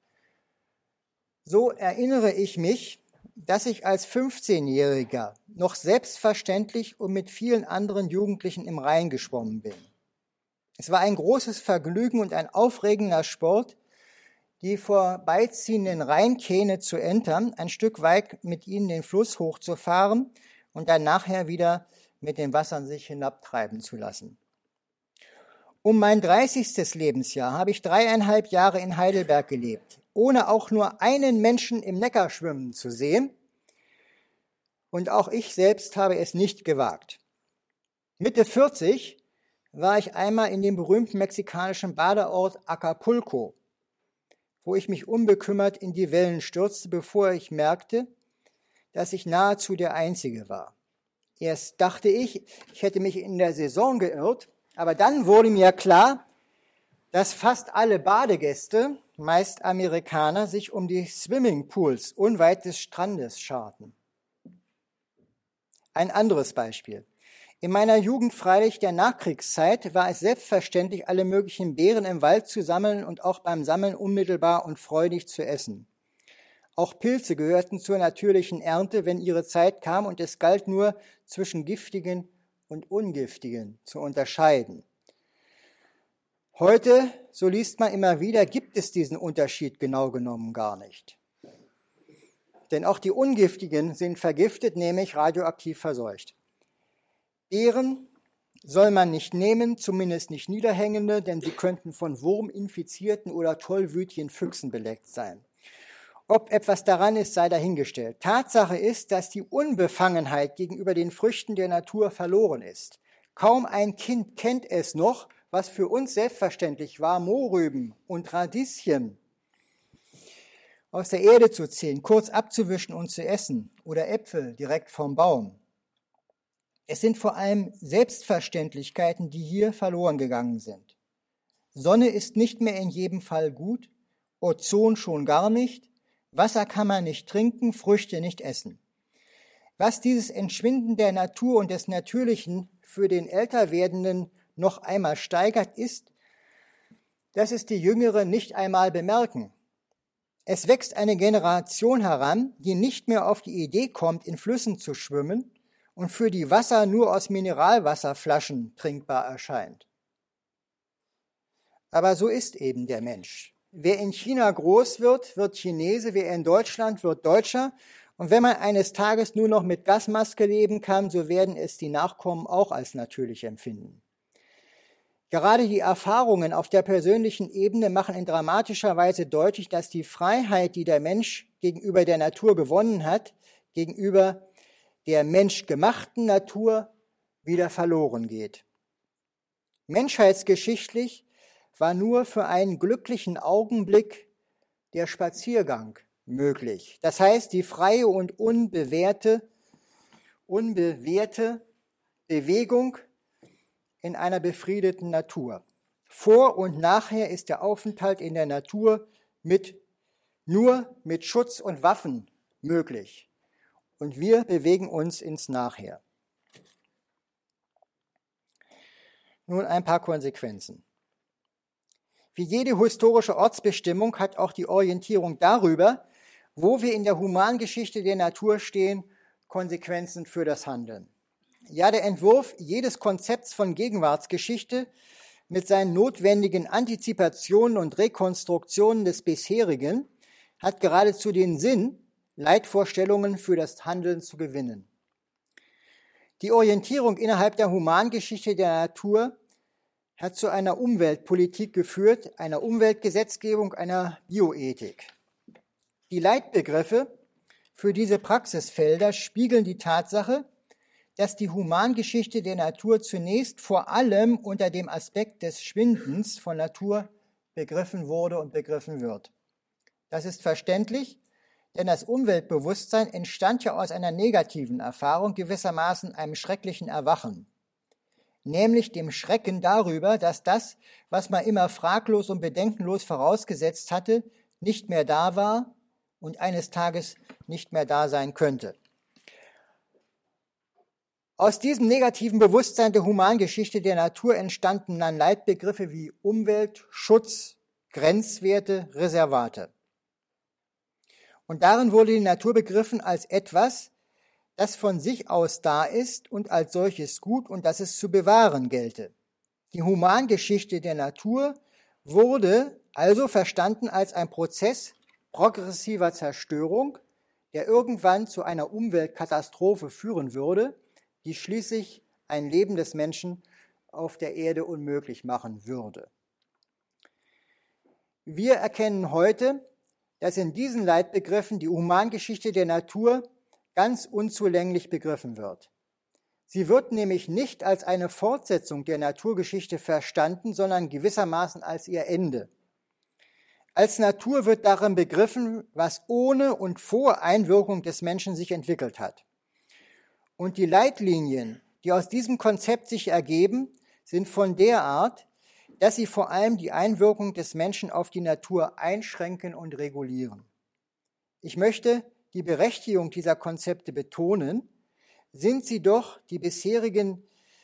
Speaker 1: So erinnere ich mich, dass ich als 15-Jähriger noch selbstverständlich und mit vielen anderen Jugendlichen im Rhein geschwommen bin. Es war ein großes Vergnügen und ein aufregender Sport, die vorbeiziehenden Rheinkähne zu entern, ein Stück weit mit ihnen den Fluss hochzufahren und dann nachher wieder mit den Wassern sich hinabtreiben zu lassen. Um mein 30. Lebensjahr habe ich 3,5 Jahre in Heidelberg gelebt, ohne auch nur einen Menschen im Neckar schwimmen zu sehen. Und auch ich selbst habe es nicht gewagt. Mitte 40 war ich einmal in dem berühmten mexikanischen Badeort Acapulco, wo ich mich unbekümmert in die Wellen stürzte, bevor ich merkte, dass ich nahezu der Einzige war. Erst dachte ich hätte mich in der Saison geirrt, aber dann wurde mir klar, dass fast alle Badegäste, meist Amerikaner, sich um die Swimmingpools unweit des Strandes scharten. Ein anderes Beispiel. In meiner Jugend, freilich der Nachkriegszeit, war es selbstverständlich, alle möglichen Beeren im Wald zu sammeln und auch beim Sammeln unmittelbar und freudig zu essen. Auch Pilze gehörten zur natürlichen Ernte, wenn ihre Zeit kam, und es galt nur, zwischen giftigen und ungiftigen zu unterscheiden. Heute, so liest man immer wieder, gibt es diesen Unterschied genau genommen gar nicht. Denn auch die ungiftigen sind vergiftet, nämlich radioaktiv verseucht. Beeren soll man nicht nehmen, zumindest nicht niederhängende, denn sie könnten von wurminfizierten oder tollwütigen Füchsen beleckt sein. Ob etwas daran ist, sei dahingestellt. Tatsache ist, dass die Unbefangenheit gegenüber den Früchten der Natur verloren ist. Kaum ein Kind kennt es noch, was für uns selbstverständlich war, Mohrrüben und Radieschen aus der Erde zu ziehen, kurz abzuwischen und zu essen, oder Äpfel direkt vom Baum. Es sind vor allem Selbstverständlichkeiten, die hier verloren gegangen sind. Sonne ist nicht mehr in jedem Fall gut, Ozon schon gar nicht, Wasser kann man nicht trinken, Früchte nicht essen. Was dieses Entschwinden der Natur und des Natürlichen für den Älterwerdenden noch einmal steigert, ist, dass es die Jüngeren nicht einmal bemerken. Es wächst eine Generation heran, die nicht mehr auf die Idee kommt, in Flüssen zu schwimmen und für die Wasser nur aus Mineralwasserflaschen trinkbar erscheint. Aber so ist eben der Mensch. Wer in China groß wird, wird Chinese, wer in Deutschland wird Deutscher Und wenn man eines Tages nur noch mit Gasmaske leben kann, so werden es die Nachkommen auch als natürlich empfinden. Gerade die Erfahrungen auf der persönlichen Ebene machen in dramatischer Weise deutlich, dass die Freiheit, die der Mensch gegenüber der Natur gewonnen hat, gegenüber der menschgemachten Natur wieder verloren geht. Menschheitsgeschichtlich war nur für einen glücklichen Augenblick der Spaziergang möglich. Das heißt, die freie und unbewehrte Bewegung in einer befriedeten Natur. Vor und nachher ist der Aufenthalt in der Natur nur mit Schutz und Waffen möglich. Und wir bewegen uns ins Nachher. Nun ein paar Konsequenzen. Wie jede historische Ortsbestimmung hat auch die Orientierung darüber, wo wir in der Humangeschichte der Natur stehen, Konsequenzen für das Handeln. Ja, der Entwurf jedes Konzepts von Gegenwartsgeschichte mit seinen notwendigen Antizipationen und Rekonstruktionen des Bisherigen hat geradezu den Sinn, Leitvorstellungen für das Handeln zu gewinnen. Die Orientierung innerhalb der Humangeschichte der Natur hat zu einer Umweltpolitik geführt, einer Umweltgesetzgebung, einer Bioethik. Die Leitbegriffe für diese Praxisfelder spiegeln die Tatsache, dass die Humangeschichte der Natur zunächst vor allem unter dem Aspekt des Schwindens von Natur begriffen wurde und begriffen wird. Das ist verständlich, denn das Umweltbewusstsein entstand ja aus einer negativen Erfahrung, gewissermaßen einem schrecklichen Erwachen, nämlich dem Schrecken darüber, dass das, was man immer fraglos und bedenkenlos vorausgesetzt hatte, nicht mehr da war und eines Tages nicht mehr da sein könnte. Aus diesem negativen Bewusstsein der Humangeschichte der Natur entstanden dann Leitbegriffe wie Umwelt, Schutz, Grenzwerte, Reservate. Und darin wurde die Natur begriffen als etwas, das von sich aus da ist und als solches gut und das es zu bewahren gelte. Die Humangeschichte der Natur wurde also verstanden als ein Prozess progressiver Zerstörung, der irgendwann zu einer Umweltkatastrophe führen würde, die schließlich ein Leben des Menschen auf der Erde unmöglich machen würde. Wir erkennen heute, dass in diesen Leitbegriffen die Humangeschichte der Natur ganz unzulänglich begriffen wird. Sie wird nämlich nicht als eine Fortsetzung der Naturgeschichte verstanden, sondern gewissermaßen als ihr Ende. Als Natur wird darin begriffen, was ohne und vor Einwirkung des Menschen sich entwickelt hat. Und die Leitlinien, die aus diesem Konzept sich ergeben, sind von der Art, dass sie vor allem die Einwirkung des Menschen auf die Natur einschränken und regulieren. Ich möchte die Berechtigung dieser Konzepte betonen, sind sie doch die bisherigen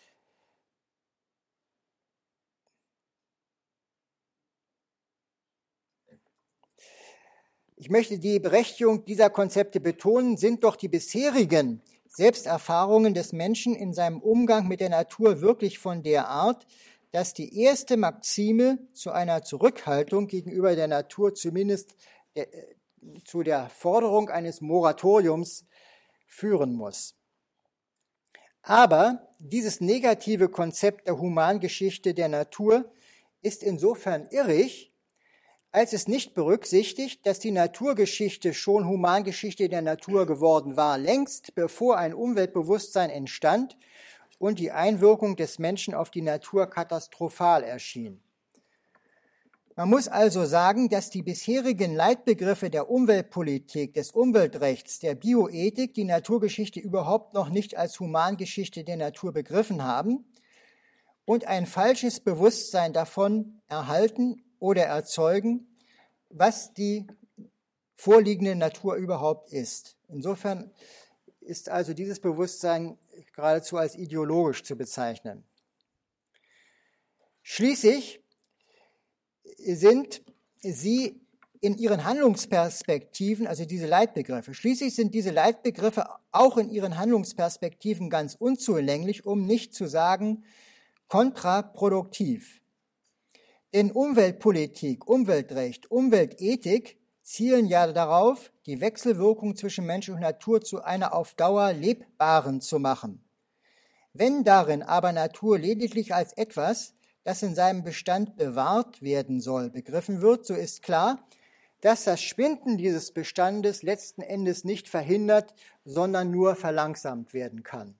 Speaker 1: Selbsterfahrungen des Menschen in seinem Umgang mit der Natur wirklich von der Art, dass die erste Maxime zu einer Zurückhaltung gegenüber der Natur, zumindest zu der Forderung eines Moratoriums, führen muss. Aber dieses negative Konzept der Humangeschichte der Natur ist insofern irrig, als es nicht berücksichtigt, dass die Naturgeschichte schon Humangeschichte der Natur geworden war, längst bevor ein Umweltbewusstsein entstand und die Einwirkung des Menschen auf die Natur katastrophal erschien. Man muss also sagen, dass die bisherigen Leitbegriffe der Umweltpolitik, des Umweltrechts, der Bioethik die Naturgeschichte überhaupt noch nicht als Humangeschichte der Natur begriffen haben und ein falsches Bewusstsein davon erhalten oder erzeugen, was die vorliegende Natur überhaupt ist. Insofern ist also dieses Bewusstsein geradezu als ideologisch zu bezeichnen. Schließlich sind sie in ihren Handlungsperspektiven, also diese Leitbegriffe, auch in ihren Handlungsperspektiven ganz unzulänglich, um nicht zu sagen kontraproduktiv. Denn Umweltpolitik, Umweltrecht, Umweltethik zielen ja darauf, die Wechselwirkung zwischen Mensch und Natur zu einer auf Dauer lebbaren zu machen. Wenn darin aber Natur lediglich als etwas, das in seinem Bestand bewahrt werden soll, begriffen wird, so ist klar, dass das Schwinden dieses Bestandes letzten Endes nicht verhindert, sondern nur verlangsamt werden kann.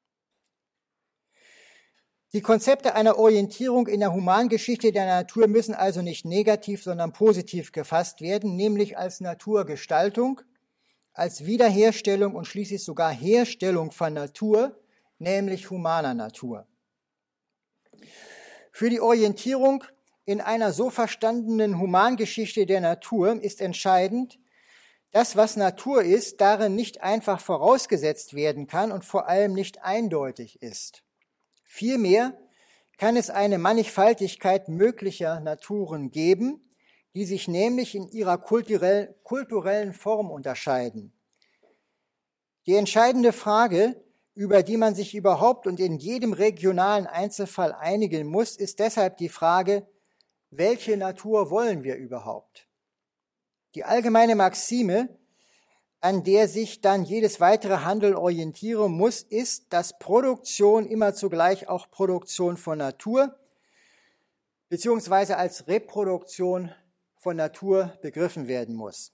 Speaker 1: Die Konzepte einer Orientierung in der Humangeschichte der Natur müssen also nicht negativ, sondern positiv gefasst werden, nämlich als Naturgestaltung, als Wiederherstellung und schließlich sogar Herstellung von Natur, nämlich humaner Natur. Für die Orientierung in einer so verstandenen Humangeschichte der Natur ist entscheidend, dass was Natur ist, darin nicht einfach vorausgesetzt werden kann und vor allem nicht eindeutig ist. Vielmehr kann es eine Mannigfaltigkeit möglicher Naturen geben, die sich nämlich in ihrer kulturellen Form unterscheiden. Die entscheidende Frage, über die man sich überhaupt und in jedem regionalen Einzelfall einigen muss, ist deshalb die Frage, welche Natur wollen wir überhaupt? Die allgemeine Maxime, an der sich dann jedes weitere Handeln orientieren muss, ist, dass Produktion immer zugleich auch Produktion von Natur beziehungsweise als Reproduktion von Natur begriffen werden muss.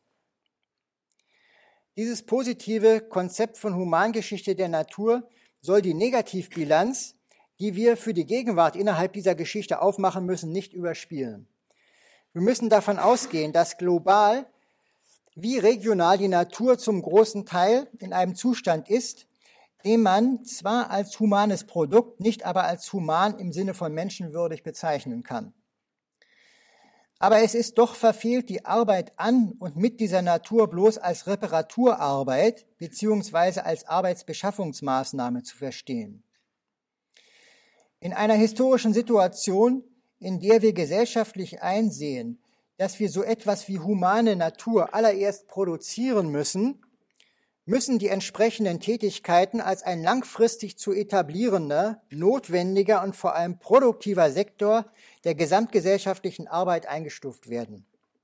Speaker 1: Dieses positive Konzept von Humangeschichte der Natur soll die Negativbilanz, die wir für die Gegenwart innerhalb dieser Geschichte aufmachen müssen, nicht überspielen. Wir müssen davon ausgehen, dass global wie regional die Natur zum großen Teil in einem Zustand ist, den man zwar als humanes Produkt, nicht aber als human im Sinne von menschenwürdig bezeichnen kann. Aber es ist doch verfehlt, die Arbeit an und mit dieser Natur bloß als Reparaturarbeit beziehungsweise als Arbeitsbeschaffungsmaßnahme zu verstehen. In einer historischen Situation, in der wir gesellschaftlich einsehen, dass wir so etwas wie humane Natur allererst produzieren müssen, müssen die entsprechenden Tätigkeiten als ein langfristig zu etablierender, notwendiger und vor allem produktiver Sektor der gesamtgesellschaftlichen Arbeit eingestuft werden.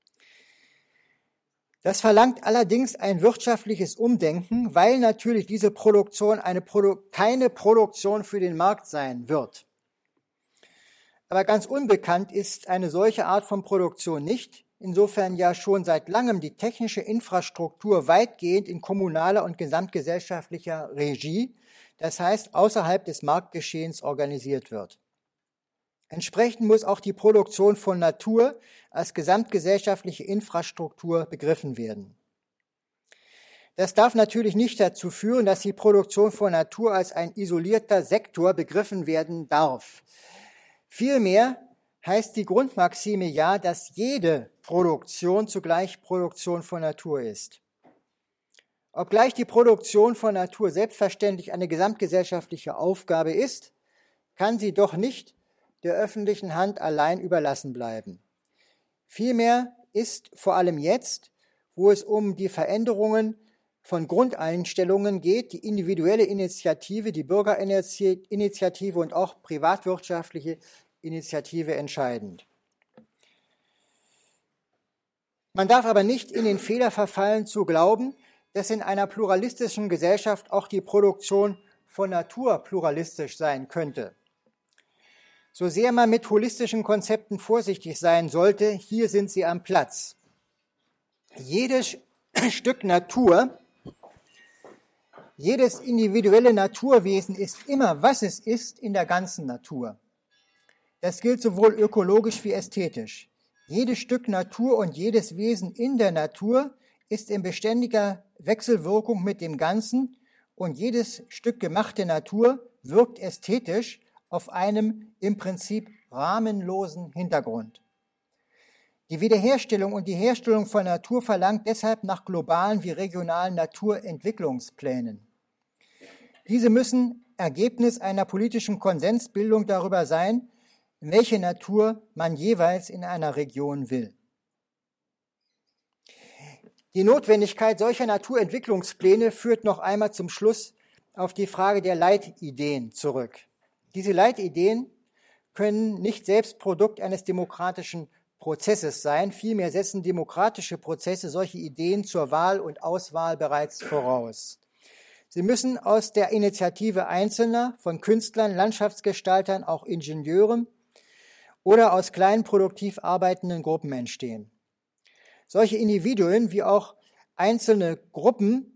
Speaker 1: Das verlangt allerdings ein wirtschaftliches Umdenken, weil natürlich diese Produktion keine Produktion für den Markt sein wird. Aber ganz unbekannt ist eine solche Art von Produktion nicht, insofern ja schon seit langem die technische Infrastruktur weitgehend in kommunaler und gesamtgesellschaftlicher Regie, das heißt außerhalb des Marktgeschehens organisiert wird. Entsprechend muss auch die Produktion von Natur als gesamtgesellschaftliche Infrastruktur begriffen werden. Das darf natürlich nicht dazu führen, dass die Produktion von Natur als ein isolierter Sektor begriffen werden darf. Vielmehr heißt die Grundmaxime ja, dass jede Produktion zugleich Produktion von Natur ist. Obgleich die Produktion von Natur selbstverständlich eine gesamtgesellschaftliche Aufgabe ist, kann sie doch nicht der öffentlichen Hand allein überlassen bleiben. Vielmehr ist vor allem jetzt, wo es um die Veränderungen von Grundeinstellungen geht, die individuelle Initiative, die Bürgerinitiative und auch privatwirtschaftliche Initiative entscheidend. Man darf aber nicht in den Fehler verfallen zu glauben, dass in einer pluralistischen Gesellschaft auch die Produktion von Natur pluralistisch sein könnte. So sehr man mit holistischen Konzepten vorsichtig sein sollte, hier sind sie am Platz. Jedes Stück Natur, jedes individuelle Naturwesen ist immer, was es ist, in der ganzen Natur. Das gilt sowohl ökologisch wie ästhetisch. Jedes Stück Natur und jedes Wesen in der Natur ist in beständiger Wechselwirkung mit dem Ganzen und jedes Stück gemachte Natur wirkt ästhetisch auf einem im Prinzip rahmenlosen Hintergrund. Die Wiederherstellung und die Herstellung von Natur verlangt deshalb nach globalen wie regionalen Naturentwicklungsplänen. Diese müssen Ergebnis einer politischen Konsensbildung darüber sein, welche Natur man jeweils in einer Region will. Die Notwendigkeit solcher Naturentwicklungspläne führt noch einmal zum Schluss auf die Frage der Leitideen zurück. Diese Leitideen können nicht selbst Produkt eines demokratischen Prozesses sein. Vielmehr setzen demokratische Prozesse solche Ideen zur Wahl und Auswahl bereits voraus. Sie müssen aus der Initiative Einzelner, von Künstlern, Landschaftsgestaltern, auch Ingenieuren oder aus kleinen produktiv arbeitenden Gruppen entstehen. Solchen Individuen wie auch einzelnen Gruppen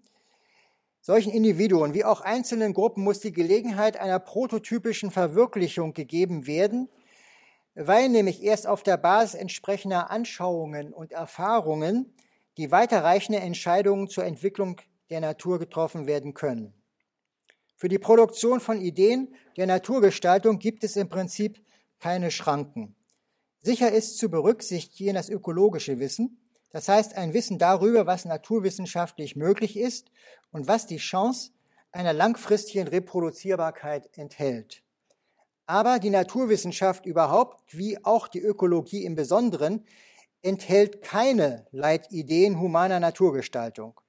Speaker 1: muss die Gelegenheit einer prototypischen Verwirklichung gegeben werden, weil nämlich erst auf der Basis entsprechender Anschauungen und Erfahrungen die weiterreichenden Entscheidungen zur Entwicklung der Natur getroffen werden können. Für die Produktion von Ideen der Naturgestaltung gibt es im Prinzip keine Schranken. Sicher ist zu berücksichtigen das ökologische Wissen, das heißt ein Wissen darüber, was naturwissenschaftlich möglich ist und was die Chance einer langfristigen Reproduzierbarkeit enthält. Aber die Naturwissenschaft überhaupt, wie auch die Ökologie im Besonderen, enthält keine Leitideen humaner Naturgestaltung.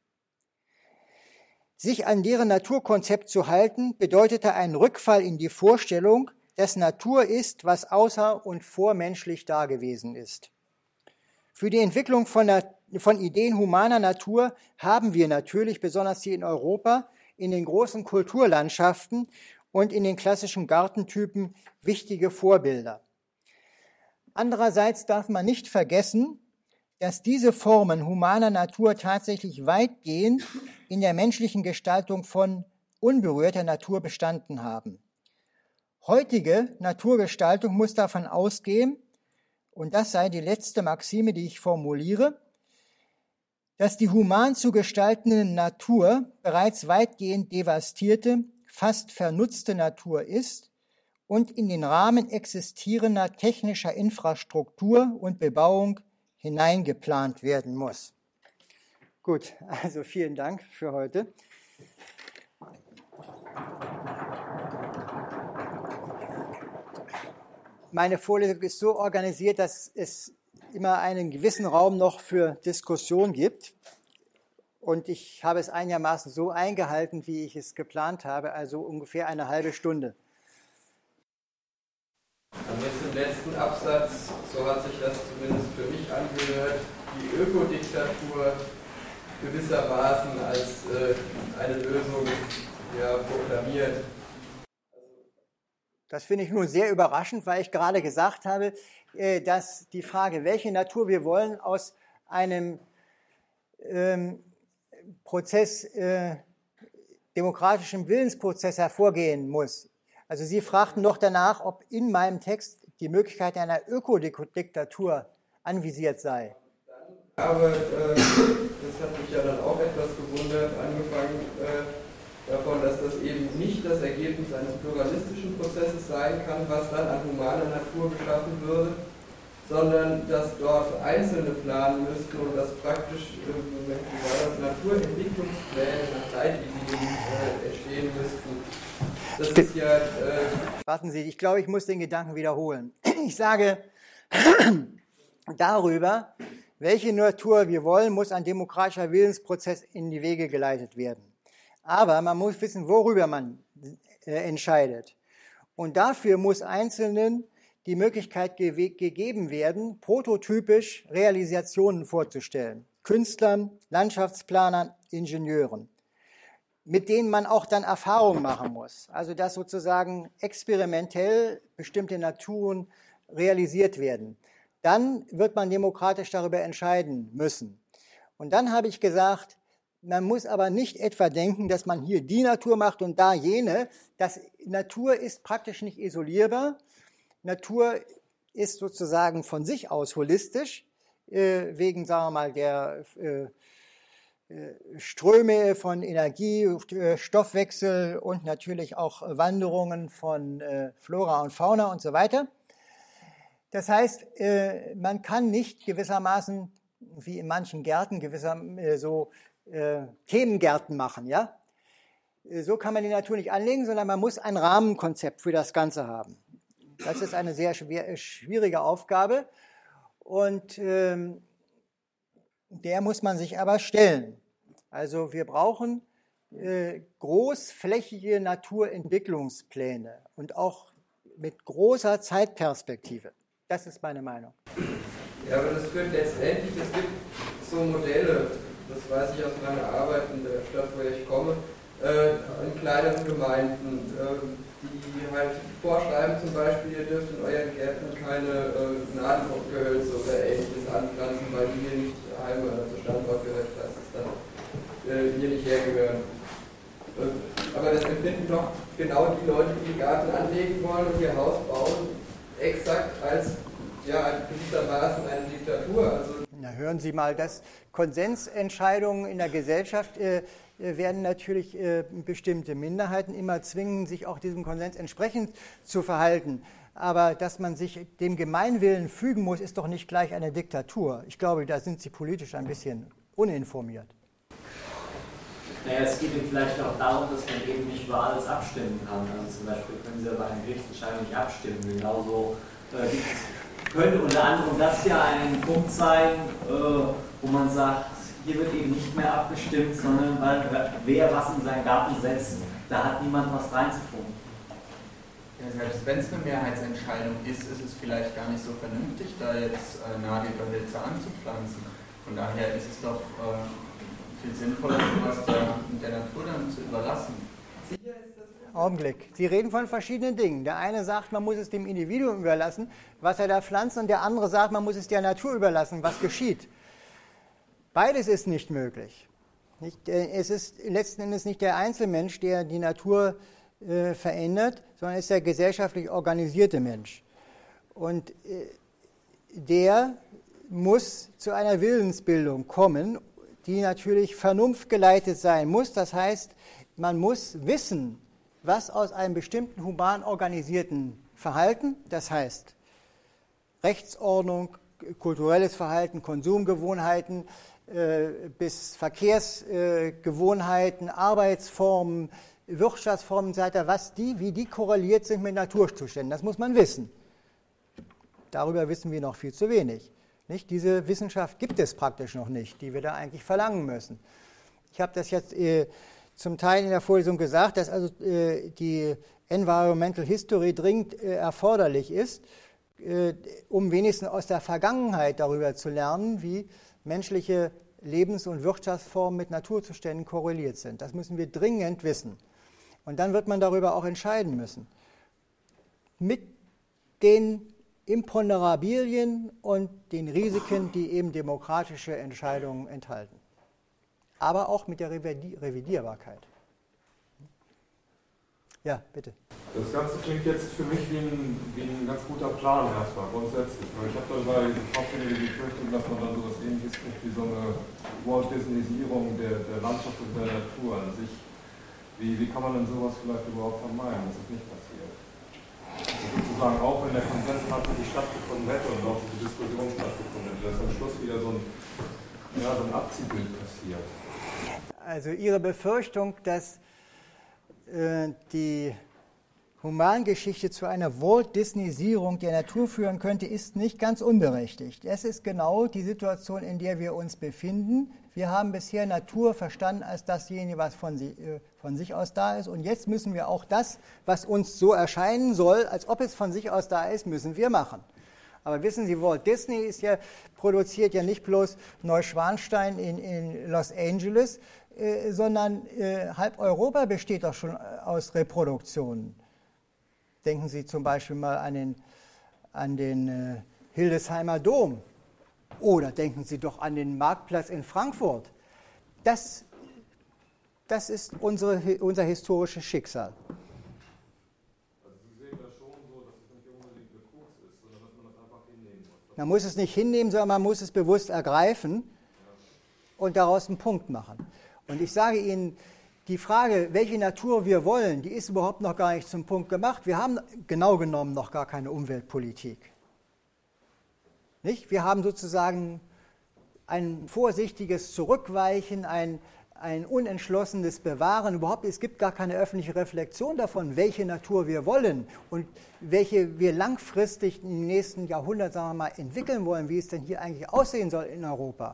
Speaker 1: Sich an deren Naturkonzept zu halten, bedeutete einen Rückfall in die Vorstellung, dass Natur ist, was außer- und vormenschlich dagewesen ist. Für die Entwicklung von Ideen humaner Natur haben wir natürlich, besonders hier in Europa, in den großen Kulturlandschaften und in den klassischen Gartentypen wichtige Vorbilder. Andererseits darf man nicht vergessen, dass diese Formen humaner Natur tatsächlich weitgehend in der menschlichen Gestaltung von unberührter Natur bestanden haben. Heutige Naturgestaltung muss davon ausgehen, und das sei die letzte Maxime, die ich formuliere, dass die human zu gestaltende Natur bereits weitgehend devastierte, fast vernutzte Natur ist und in den Rahmen existierender technischer Infrastruktur und Bebauung hineingeplant werden muss. Gut, also vielen Dank für heute. Meine Vorlesung ist so organisiert, dass es immer einen gewissen Raum noch für Diskussion gibt. Und ich habe es einigermaßen so eingehalten, wie ich es geplant habe, also ungefähr eine halbe Stunde.
Speaker 2: Und jetzt im letzten Absatz, so hat sich das zumindest für mich angehört, die Ökodiktatur gewissermaßen als eine Lösung proklamiert.
Speaker 1: Das finde ich nun sehr überraschend, weil ich gerade gesagt habe, dass die Frage, welche Natur wir wollen, aus einem demokratischen Willensprozess hervorgehen muss. Also Sie fragten doch danach, ob in meinem Text die Möglichkeit einer Ökodiktatur anvisiert sei.
Speaker 2: Aber das hat mich ja dann auch etwas gewundert, angefangen davon, dass das eben nicht das Ergebnis eines pluralistischen Prozesses sein kann, was dann an humaner Natur geschaffen würde, sondern dass dort Einzelne planen müssten und dass praktisch Naturentwicklungspläne nach Leitlinien entstehen müssten. Das ist ja...
Speaker 1: Warten Sie, ich glaube, ich muss den Gedanken wiederholen. Ich sage, darüber, welche Natur wir wollen, muss ein demokratischer Willensprozess in die Wege geleitet werden. Aber man muss wissen, worüber man entscheidet. Und dafür muss Einzelnen die Möglichkeit gegeben werden, prototypisch Realisationen vorzustellen. Künstlern, Landschaftsplanern, Ingenieuren, mit denen man auch dann Erfahrung machen muss. Also dass sozusagen experimentell bestimmte Naturen realisiert werden. Dann wird man demokratisch darüber entscheiden müssen. Und dann habe ich gesagt, man muss aber nicht etwa denken, dass man hier die Natur macht und da jene. Natur ist praktisch nicht isolierbar. Natur ist sozusagen von sich aus holistisch, wegen, sagen wir mal, der Ströme von Energie, Stoffwechsel und natürlich auch Wanderungen von Flora und Fauna und so weiter. Das heißt, man kann nicht gewissermaßen, wie in manchen Gärten, Themengärten machen, ja? So kann man die Natur nicht anlegen, sondern man muss ein Rahmenkonzept für das Ganze haben. Das ist eine sehr schwierige Aufgabe und der muss man sich aber stellen. Also wir brauchen großflächige Naturentwicklungspläne und auch mit großer Zeitperspektive. Das ist meine Meinung.
Speaker 2: Ja, aber das führt letztendlich, es gibt so Modelle, das weiß ich aus meiner Arbeit in der Stadt, wo ich komme, in kleineren Gemeinden, die halt vorschreiben zum Beispiel, ihr dürft in euren Gärten keine Nadelgehölze oder ähnliches anpflanzen, weil die hier nicht also standortgerecht, das ist dann hier nicht hergehören. Aber das empfinden doch genau die Leute, die Garten anlegen wollen und ihr Haus bauen, exakt als gewissermaßen eine Diktatur. Also
Speaker 1: na, hören Sie mal, dass Konsensentscheidungen in der Gesellschaft werden natürlich bestimmte Minderheiten immer zwingen, sich auch diesem Konsens entsprechend zu verhalten. Aber dass man sich dem Gemeinwillen fügen muss, ist doch nicht gleich eine Diktatur. Ich glaube, da sind Sie politisch ein bisschen uninformiert.
Speaker 3: Naja, es geht Ihnen vielleicht auch darum, dass man eben nicht über alles abstimmen kann. Also zum Beispiel können Sie ja bei einer Gerichtsentscheidung nicht abstimmen. Genauso könnte unter anderem das ja ein Punkt sein, wo man sagt, hier wird eben nicht mehr abgestimmt, sondern weil wer was in seinen Garten setzt, da hat niemand was reinzufunken.
Speaker 4: Ja, selbst wenn es eine Mehrheitsentscheidung ist, ist es vielleicht gar nicht so vernünftig, da jetzt Nadelgehölze anzupflanzen. Von daher ist es doch viel sinnvoller, sowas der Natur dann zu überlassen.
Speaker 1: Augenblick. Sie reden von verschiedenen Dingen. Der eine sagt, man muss es dem Individuum überlassen, was er da pflanzt, und der andere sagt, man muss es der Natur überlassen, was geschieht. Beides ist nicht möglich. Es ist letzten Endes nicht der Einzelmensch, der die Natur verändert, sondern es ist der gesellschaftlich organisierte Mensch. Und der muss zu einer Willensbildung kommen, die natürlich vernunftgeleitet sein muss. Das heißt, man muss wissen, was aus einem bestimmten human organisierten Verhalten, das heißt Rechtsordnung, kulturelles Verhalten, Konsumgewohnheiten bis Verkehrsgewohnheiten, Arbeitsformen, Wirtschaftsformen und so weiter, wie die korreliert sind mit Naturzuständen. Das muss man wissen. Darüber wissen wir noch viel zu wenig. Nicht? Diese Wissenschaft gibt es praktisch noch nicht, die wir da eigentlich verlangen müssen. Ich habe das jetzt zum Teil in der Vorlesung gesagt, dass also die Environmental History dringend erforderlich ist, um wenigstens aus der Vergangenheit darüber zu lernen, wie menschliche Lebens- und Wirtschaftsformen mit Naturzuständen korreliert sind. Das müssen wir dringend wissen. Und dann wird man darüber auch entscheiden müssen. Mit den Imponderabilien und den Risiken, die eben demokratische Entscheidungen enthalten. Aber auch mit der Revidierbarkeit. Ja, bitte.
Speaker 5: Das Ganze klingt jetzt für mich wie ein ganz guter Plan erstmal, grundsätzlich. Ich habe dabei die Befürchtung, dass man dann sowas Ähnliches kriegt wie so eine Walt Disneyisierung der Landschaft und der Natur an sich. Wie kann man denn sowas vielleicht überhaupt vermeiden, dass es nicht passiert? Das sozusagen auch wenn der Konsens tatsächlich stattgefunden hätte und auch diese Diskussion stattgefunden hätte, dass am Schluss wieder so ein Abziehbild passiert.
Speaker 1: Also Ihre Befürchtung, dass die Humangeschichte zu einer Walt Disneyisierung der Natur führen könnte, ist nicht ganz unberechtigt. Es ist genau die Situation, in der wir uns befinden. Wir haben bisher Natur verstanden als dasjenige, was von sich aus da ist. Und jetzt müssen wir auch das, was uns so erscheinen soll, als ob es von sich aus da ist, müssen wir machen. Aber wissen Sie, Walt Disney produziert ja nicht bloß Neuschwanstein in Los Angeles, sondern halb Europa besteht doch schon aus Reproduktionen. Denken Sie zum Beispiel mal an den Hildesheimer Dom oder denken Sie doch an den Marktplatz in Frankfurt. Das ist unser historisches Schicksal.
Speaker 5: Also Sie sehen das schon so, dass es nicht unbedingt eine Krux ist, sondern dass man das einfach hinnehmen muss.
Speaker 1: Man muss es nicht hinnehmen, sondern man muss es bewusst ergreifen und daraus einen Punkt machen. Und ich sage Ihnen, die Frage, welche Natur wir wollen, die ist überhaupt noch gar nicht zum Punkt gemacht. Wir haben genau genommen noch gar keine Umweltpolitik. Nicht? Wir haben sozusagen ein vorsichtiges Zurückweichen, ein unentschlossenes Bewahren. Überhaupt, es gibt gar keine öffentliche Reflexion davon, welche Natur wir wollen und welche wir langfristig im nächsten Jahrhundert, sagen wir mal, entwickeln wollen, wie es denn hier eigentlich aussehen soll in Europa.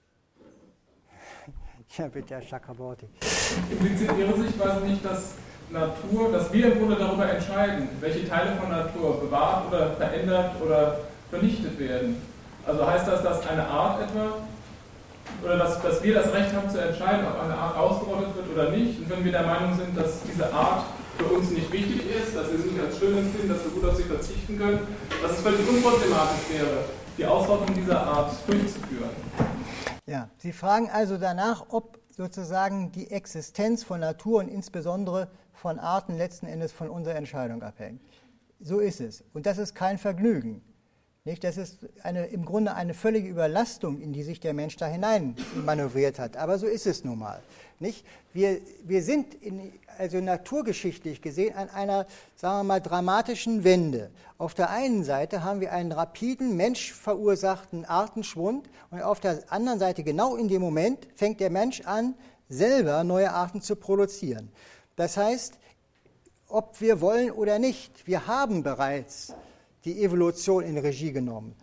Speaker 1: Ja, bitte, Herr Chakraborty.
Speaker 6: Impliziert Ihre Sichtweise nicht, dass Natur, dass wir im Grunde darüber entscheiden, welche Teile von Natur bewahrt oder verändert oder vernichtet werden. Also heißt das, dass eine Art etwa, oder dass wir das Recht haben zu entscheiden, ob eine Art ausgerottet wird oder nicht. Und wenn wir der Meinung sind, dass diese Art für uns nicht wichtig ist, dass wir sie nicht als schön empfinden, dass wir gut auf sie verzichten können, dass es völlig unproblematisch wäre, die Ausrottung dieser Art durchzuführen.
Speaker 1: Ja, Sie fragen also danach, ob sozusagen die Existenz von Natur und insbesondere von Arten letzten Endes von unserer Entscheidung abhängt. So ist es. Und das ist kein Vergnügen. Nicht? Das ist im Grunde eine völlige Überlastung, in die sich der Mensch da hinein manövriert hat. Aber so ist es nun mal. Nicht? Wir sind also naturgeschichtlich gesehen an einer, sagen wir mal, dramatischen Wende. Auf der einen Seite haben wir einen rapiden, menschverursachten Artenschwund und auf der anderen Seite, genau in dem Moment, fängt der Mensch an, selber neue Arten zu produzieren. Das heißt, ob wir wollen oder nicht, wir haben bereits die Evolution in Regie genommen.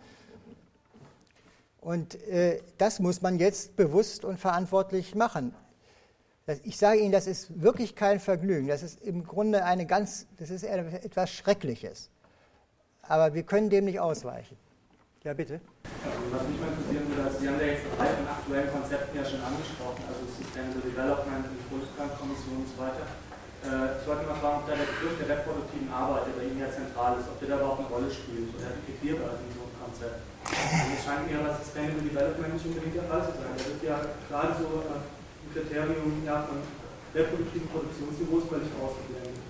Speaker 1: Und das muss man jetzt bewusst und verantwortlich machen. Ich sage Ihnen, das ist wirklich kein Vergnügen. Das ist im Grunde das ist etwas Schreckliches. Aber wir können dem nicht ausweichen. Ja, bitte.
Speaker 7: Was mich mal interessieren würde, Sie haben ja jetzt drei von aktuellen Konzepten ja schon angesprochen, also Sustainable Development, die Brundtland-Kommission und so weiter. Ich wollte mal fragen, ob da der Begriff der reproduktiven Arbeit bei Ihnen ja zentral ist, ob der da überhaupt eine Rolle spielt oder integrierbar ist in so einem Konzept. Und es scheint mir bei Sustainable Development nicht unbedingt der Fall zu sein. Da wird ja gerade so ein Kriterium von reproduktiven Produktionsniveaus völlig ausgeblendet.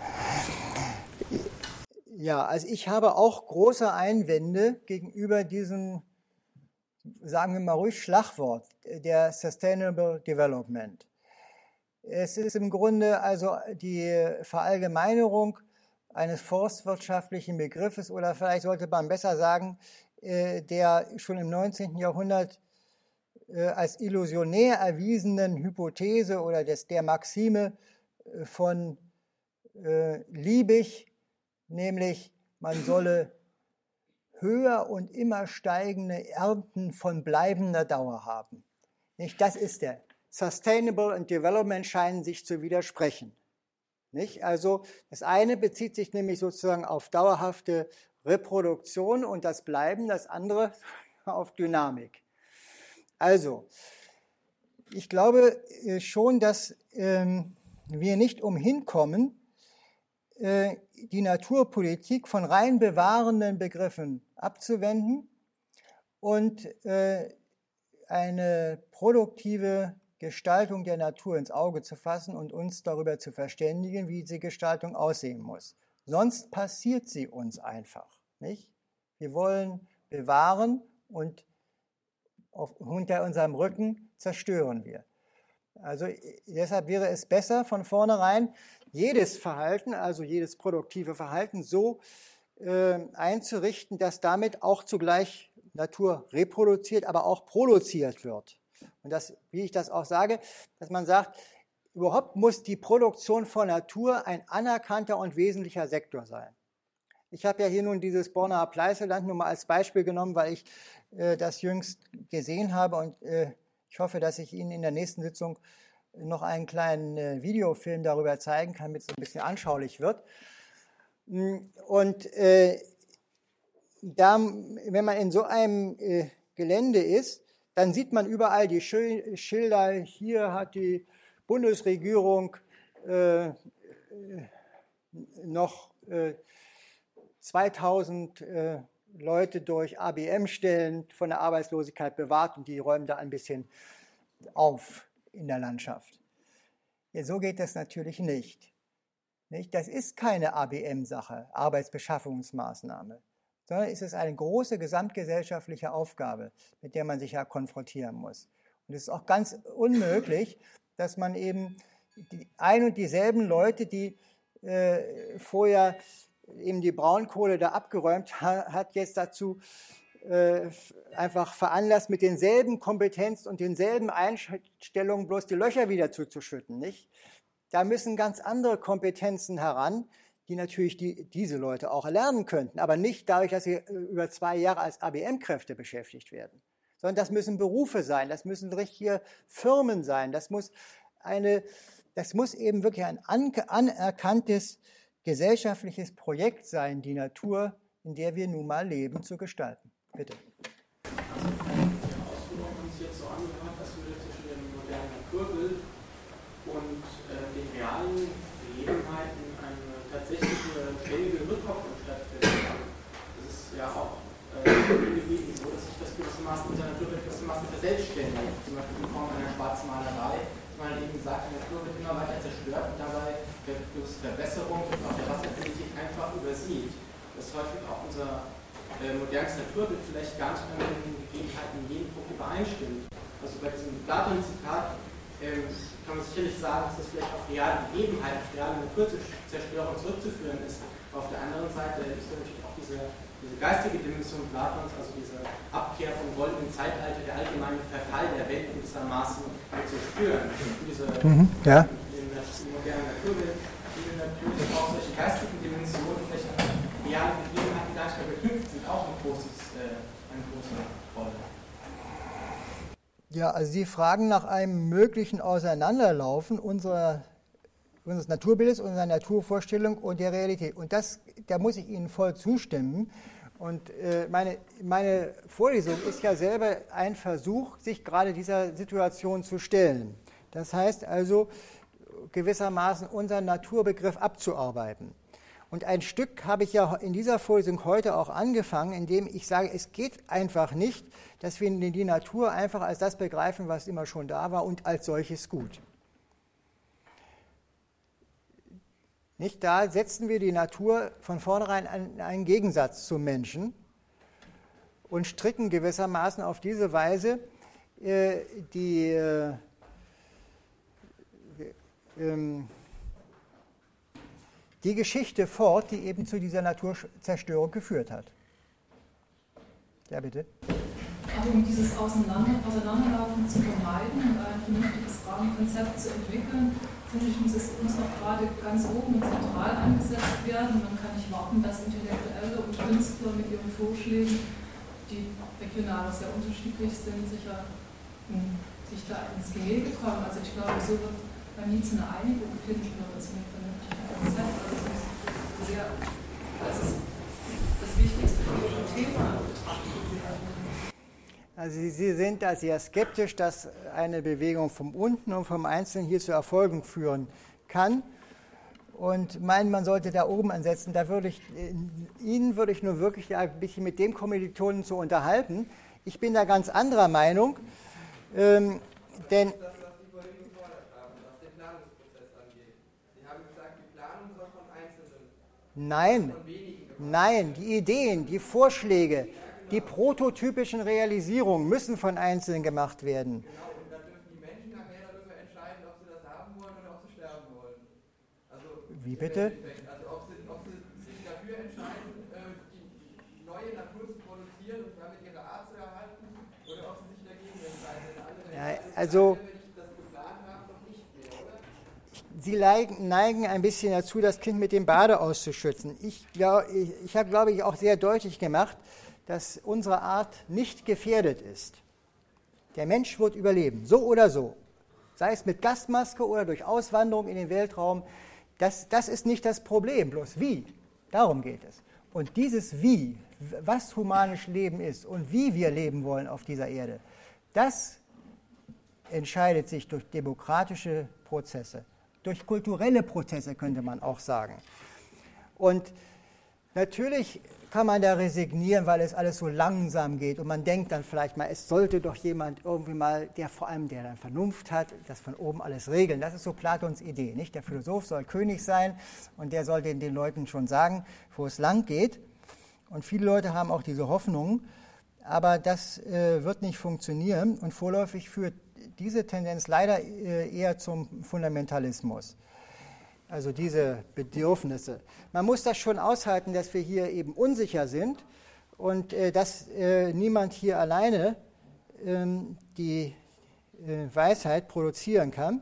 Speaker 1: Ja, also ich habe auch große Einwände gegenüber diesem, sagen wir mal ruhig, Schlagwort der Sustainable Development. Es ist im Grunde also die Verallgemeinerung eines forstwirtschaftlichen Begriffes oder vielleicht sollte man besser sagen, der schon im 19. Jahrhundert als illusionär erwiesenen Hypothese oder der Maxime von Liebig, nämlich man solle höher und immer steigende Ernten von bleibender Dauer haben. Nicht? Das ist der. Sustainable und Development scheinen sich zu widersprechen. Nicht? Also das eine bezieht sich nämlich sozusagen auf dauerhafte Reproduktion und das Bleiben, das andere auf Dynamik. Also, ich glaube schon, dass wir nicht umhin kommen, die Naturpolitik von rein bewahrenden Begriffen abzuwenden und eine produktive Gestaltung der Natur ins Auge zu fassen und uns darüber zu verständigen, wie diese Gestaltung aussehen muss. Sonst passiert sie uns einfach. Nicht? Wir wollen bewahren und hinter unserem Rücken zerstören wir. Also deshalb wäre es besser, von vornherein jedes Verhalten, also jedes produktive Verhalten so einzurichten, dass damit auch zugleich Natur reproduziert, aber auch produziert wird. Und das, wie ich das auch sage, dass man sagt, überhaupt muss die Produktion von Natur ein anerkannter und wesentlicher Sektor sein. Ich habe ja hier nun dieses Bornaer Pleißeland nur mal als Beispiel genommen, weil ich das jüngst gesehen habe und ich hoffe, dass ich Ihnen in der nächsten Sitzung noch einen kleinen Videofilm darüber zeigen kann, damit es ein bisschen anschaulich wird. Und wenn man in so einem Gelände ist, dann sieht man überall die Schilder, hier hat die Bundesregierung noch 2000 Leute durch ABM-Stellen von der Arbeitslosigkeit bewahrt und die räumen da ein bisschen auf in der Landschaft. Ja, so geht das natürlich nicht. Das ist keine ABM-Sache, Arbeitsbeschaffungsmaßnahme, sondern es ist eine große gesamtgesellschaftliche Aufgabe, mit der man sich ja konfrontieren muss. Und es ist auch ganz unmöglich, dass man eben ein und dieselben Leute, die vorher eben die Braunkohle da abgeräumt hat, jetzt dazu einfach veranlasst, mit denselben Kompetenzen und denselben Einstellungen bloß die Löcher wieder zuzuschütten. Nicht? Da müssen ganz andere Kompetenzen heran, die natürlich diese Leute auch erlernen könnten, aber nicht dadurch, dass sie über 2 Jahre als ABM-Kräfte beschäftigt werden, sondern das müssen Berufe sein, das müssen richtige Firmen sein, das Das muss eben wirklich ein anerkanntes gesellschaftliches Projekt sein, die Natur, in der wir nun mal leben, zu gestalten. Bitte.
Speaker 7: Also die Ausführungen haben sich jetzt so angehört, dass wir zwischen dem modernen Naturbild und den realen Gegebenheiten eine tatsächliche ständige Rückkopplung stattfindet. Das ist ja auch gewesen so, dass sich das gewissermaßen unser Naturbild gewissermaßen verselbstständigt, zum Beispiel in Form einer schwarzen Malerei. Man hat eben gesagt, die Natur wird immer weiter zerstört und dabei durch Verbesserung und auch der Wasserqualität einfach übersieht. Das häufig auch unser modernes Naturbild vielleicht gar nicht mehr mit den Gegebenheiten in jedem Punkt übereinstimmt. Also bei diesem Platon-Zitat kann man sicherlich sagen, dass das vielleicht auf reale Gegebenheiten, auf reale Naturzerstörung zurückzuführen ist. Aber auf der anderen Seite ist natürlich auch diese geistige Dimension Platons, also diese Abkehr vom goldenen Zeitalter, der allgemeine Verfall der Welt gewissermaßen zu spüren. Diese
Speaker 1: ja.
Speaker 7: Modernen Naturbild, die natürlich auch solche geistigen Dimensionen, vielleicht reale Gegebenheiten gar nicht mehr geknüpft sind, auch eine große Rolle.
Speaker 1: Ja, also Sie fragen nach einem möglichen Auseinanderlaufen unseres Naturbildes, unserer Naturvorstellung und der Realität. Und da muss ich Ihnen voll zustimmen. Und meine Vorlesung ist ja selber ein Versuch, sich gerade dieser Situation zu stellen. Das heißt also, gewissermaßen unseren Naturbegriff abzuarbeiten. Und ein Stück habe ich ja in dieser Vorlesung heute auch angefangen, indem ich sage, es geht einfach nicht, dass wir die Natur einfach als das begreifen, was immer schon da war und als solches gut. Nicht, da setzen wir die Natur von vornherein in einen Gegensatz zum Menschen und stricken gewissermaßen auf diese Weise die Geschichte fort, die eben zu dieser Naturzerstörung geführt hat. Ja, bitte.
Speaker 8: Aber um dieses Auseinanderlaufen zu vermeiden und ein vernünftiges Rahmenkonzept zu entwickeln, finde ich, muss noch gerade ganz oben und zentral angesetzt werden. Man kann nicht warten, dass Intellektuelle und Künstler mit ihren Vorschlägen, die regional sehr unterschiedlich sind, sich da ins Gehege kommen. Also ich glaube, so wird man nie zu einer Einigung finden oder zu einem vernünftigen Konzept. Also das wichtigste Thema betrachtet werden.
Speaker 1: Also Sie sind da sehr skeptisch, dass eine Bewegung vom Unten und vom Einzelnen hier zur Erfolgung führen kann und meinen, man sollte da oben ansetzen. Da Ihnen würde ich nur wirklich ein bisschen mit dem Kommilitonen zu unterhalten. Ich bin da ganz anderer Meinung, denn
Speaker 2: Das, was Sie vorhin gefordert haben, was den Planungsprozess angeht. Sie haben gesagt, die Planung soll von Einzelnen, von wenigen.
Speaker 1: Nein, die Ideen, die Vorschläge, die prototypischen Realisierungen müssen von Einzelnen gemacht werden.
Speaker 2: Genau, und dann dürfen die Menschen nachher darüber entscheiden, ob sie das haben wollen oder ob sie sterben wollen. Also,
Speaker 1: wie bitte?
Speaker 2: Also ob sie sich dafür entscheiden, die neue Natur zu produzieren und damit ihre Art zu erhalten, oder ob sie sich dagegen entscheiden.
Speaker 1: Ja, also
Speaker 2: wenn ich das geplant habe, noch nicht mehr, oder?
Speaker 1: Sie neigen ein bisschen dazu, das Kind mit dem Bade auszuschützen. Ich habe, glaube ich, auch sehr deutlich gemacht, dass unsere Art nicht gefährdet ist. Der Mensch wird überleben, so oder so. Sei es mit Gasmaske oder durch Auswanderung in den Weltraum. Das ist nicht das Problem, bloß wie. Darum geht es. Und dieses Wie, was humanisch Leben ist und wie wir leben wollen auf dieser Erde, das entscheidet sich durch demokratische Prozesse, durch kulturelle Prozesse könnte man auch sagen. Und natürlich kann man da resignieren, weil es alles so langsam geht und man denkt dann vielleicht mal, es sollte doch jemand irgendwie mal, der dann Vernunft hat, das von oben alles regeln. Das ist so Platons Idee, nicht? Der Philosoph soll König sein und der soll den Leuten schon sagen, wo es lang geht. Und viele Leute haben auch diese Hoffnung, aber das wird nicht funktionieren und vorläufig führt diese Tendenz leider eher zum Fundamentalismus. Also diese Bedürfnisse. Man muss das schon aushalten, dass wir hier eben unsicher sind und dass niemand hier alleine die Weisheit produzieren kann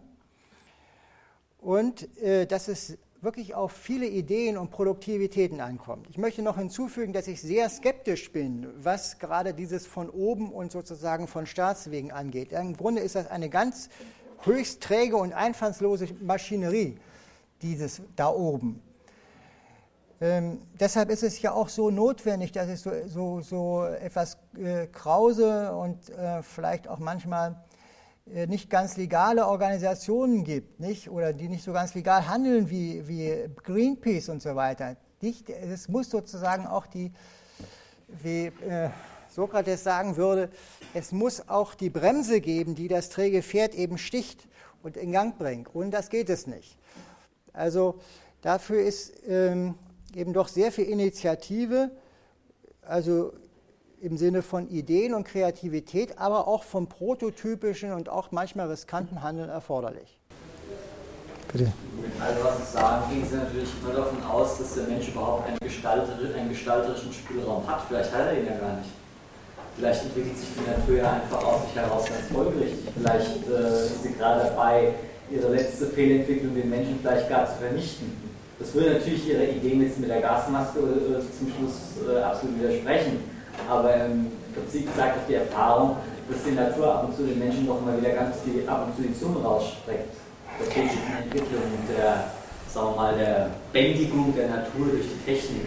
Speaker 1: und dass es wirklich auf viele Ideen und Produktivitäten ankommt. Ich möchte noch hinzufügen, dass ich sehr skeptisch bin, was gerade dieses von oben und sozusagen von Staatswegen angeht. Im Grunde ist das eine ganz höchst träge und einfallslose Maschinerie, dieses da oben. Deshalb ist es ja auch so notwendig, dass es so etwas krause und vielleicht auch manchmal nicht ganz legale Organisationen gibt, nicht? Oder die nicht so ganz legal handeln wie Greenpeace und so weiter. Es muss sozusagen auch wie Sokrates sagen würde, es muss auch die Bremse geben, die das träge Pferd eben sticht und in Gang bringt. Und das geht es nicht. Also dafür ist eben doch sehr viel Initiative, also im Sinne von Ideen und Kreativität, aber auch vom prototypischen und auch manchmal riskanten Handeln erforderlich. Bitte.
Speaker 3: Also was ich sagen, gehen Sie natürlich immer davon aus, dass der Mensch überhaupt einen gestalterischen Spielraum hat. Vielleicht hat er ihn ja gar nicht. Vielleicht entwickelt sich die Natur ja einfach aus sich heraus ganz folgerichtig. Vielleicht ist sie gerade dabei, ihre letzte Fehlentwicklung den Menschen vielleicht gar zu vernichten. Das würde natürlich Ihrer Idee mit der Gasmaske zum Schluss absolut widersprechen. Aber im Prinzip zeigt auch die Erfahrung, dass die Natur ab und zu den Menschen noch mal wieder ab und zu die Zunge rausstreckt. Der technischen Entwicklung und der Bändigung der Natur durch die Technik.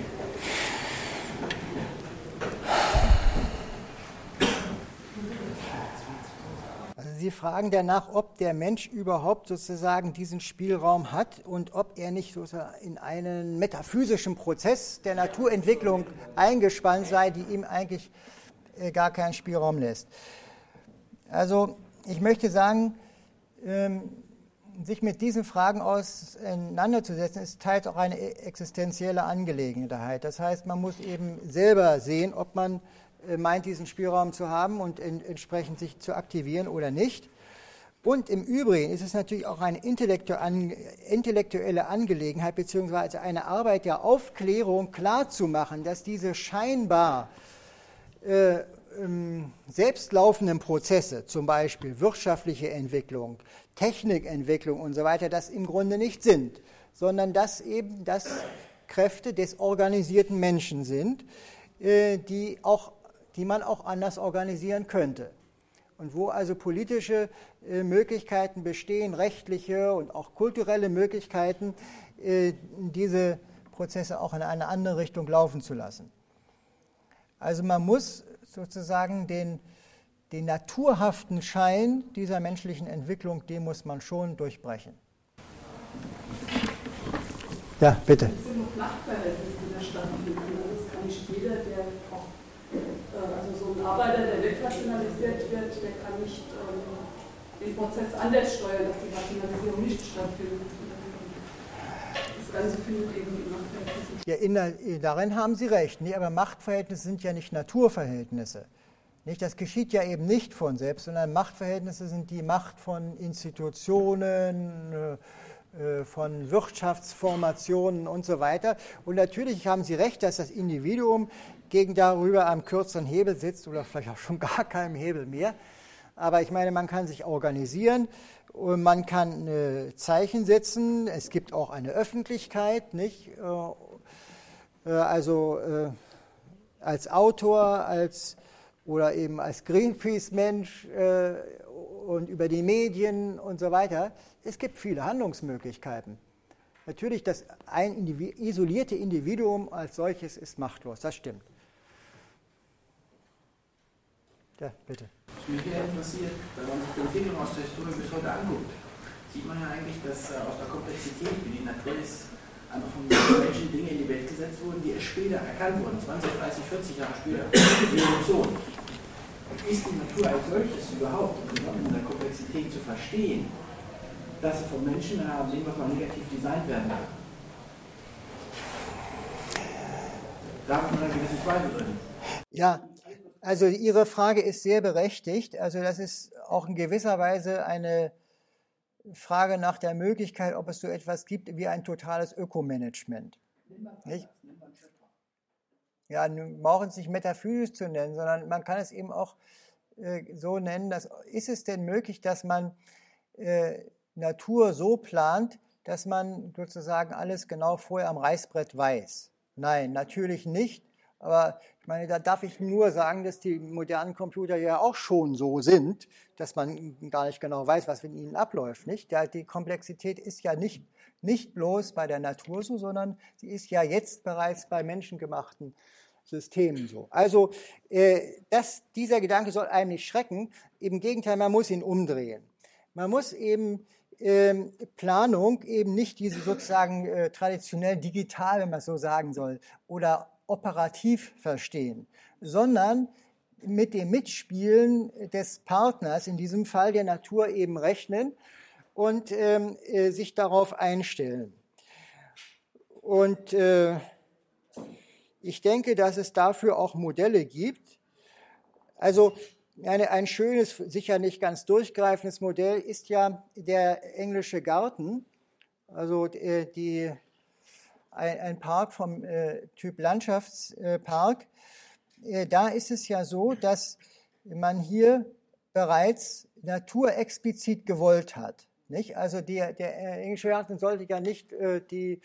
Speaker 1: Sie fragen danach, ob der Mensch überhaupt sozusagen diesen Spielraum hat und ob er nicht sozusagen in einen metaphysischen Prozess der Naturentwicklung eingespannt sei, die ihm eigentlich gar keinen Spielraum lässt. Also ich möchte sagen, sich mit diesen Fragen auseinanderzusetzen, ist teils auch eine existenzielle Angelegenheit. Das heißt, man muss eben selber sehen, ob man meint, diesen Spielraum zu haben und entsprechend sich zu aktivieren oder nicht. Und im Übrigen ist es natürlich auch eine intellektuelle Angelegenheit, beziehungsweise eine Arbeit der Aufklärung klarzumachen, dass diese scheinbar selbstlaufenden Prozesse, zum Beispiel wirtschaftliche Entwicklung, Technikentwicklung und so weiter, das im Grunde nicht sind, sondern dass eben das Kräfte des organisierten Menschen sind, die man auch anders organisieren könnte. Und wo also politische Möglichkeiten bestehen, rechtliche und auch kulturelle Möglichkeiten, diese Prozesse auch in eine andere Richtung laufen zu lassen. Also man muss sozusagen den naturhaften Schein dieser menschlichen Entwicklung, den muss man schon durchbrechen. Ja, bitte.
Speaker 9: Es sind noch Machtverhältnisse, die da stattfinden. Das kann nicht jeder, der auch, also so ein Arbeiter, der nicht rationalisiert wird, der kann nicht den Prozess anders steuern, dass die Rationalisierung nicht stattfindet. Das Ganze findet eben in Machtverhältnissen.
Speaker 1: Ja, darin haben Sie recht. Nee, aber Machtverhältnisse sind ja nicht Naturverhältnisse. Nicht, das geschieht ja eben nicht von selbst, sondern Machtverhältnisse sind die Macht von Institutionen, von Wirtschaftsformationen und so weiter. Und natürlich haben Sie recht, dass das Individuum gegen darüber am kürzeren Hebel sitzt oder vielleicht auch schon gar keinem Hebel mehr. Aber ich meine, man kann sich organisieren, und man kann Zeichen setzen. Es gibt auch eine Öffentlichkeit, nicht? Also als Autor, oder eben als Greenpeace-Mensch und über die Medien und so weiter. Es gibt viele Handlungsmöglichkeiten. Natürlich, das isolierte Individuum als solches ist machtlos, das stimmt. Ja, bitte.
Speaker 10: Was mich hier interessiert, wenn man sich die Entwicklung aus der Historie bis heute anguckt, sieht man ja eigentlich, dass aus der Komplexität, wie die Natur ist, einfach von Menschen Dinge in die Welt gesetzt wurden, die erst später erkannt wurden, 20, 30, 40 Jahre später, die Evolution. Ist die Natur als solches überhaupt in der Komplexität zu verstehen, dass sie vom Menschen irgendwas mal negativ designt werden kann? Da hat man einen gewissen Zweifel drin.
Speaker 1: Ja, also Ihre Frage ist sehr berechtigt. Also das ist auch in gewisser Weise eine Frage nach der Möglichkeit, ob es so etwas gibt wie ein totales Ökomanagement. Nicht? Ja, nun brauchen es nicht metaphysisch zu nennen, sondern man kann es eben auch so nennen, ist es denn möglich, dass man Natur so plant, dass man sozusagen alles genau vorher am Reißbrett weiß? Nein, natürlich nicht, Aber ich meine, da darf ich nur sagen, dass die modernen Computer ja auch schon so sind, dass man gar nicht genau weiß, was in ihnen abläuft. Nicht? Die Komplexität ist ja nicht bloß bei der Natur so, sondern sie ist ja jetzt bereits bei menschengemachten Systemen so. Also dieser Gedanke soll einem nicht schrecken. Im Gegenteil, man muss ihn umdrehen. Man muss eben Planung eben nicht diese sozusagen traditionell digital, wenn man es so sagen soll, oder operativ verstehen, sondern mit dem Mitspielen des Partners, in diesem Fall der Natur, eben rechnen und sich darauf einstellen. Und ich denke, dass es dafür auch Modelle gibt. Also ein schönes, sicher nicht ganz durchgreifendes Modell ist ja der englische Garten, also ein Park vom Typ Landschaftspark. Da ist es ja so, dass man hier bereits Natur explizit gewollt hat. Nicht? Also der englische Garten sollte ja nicht die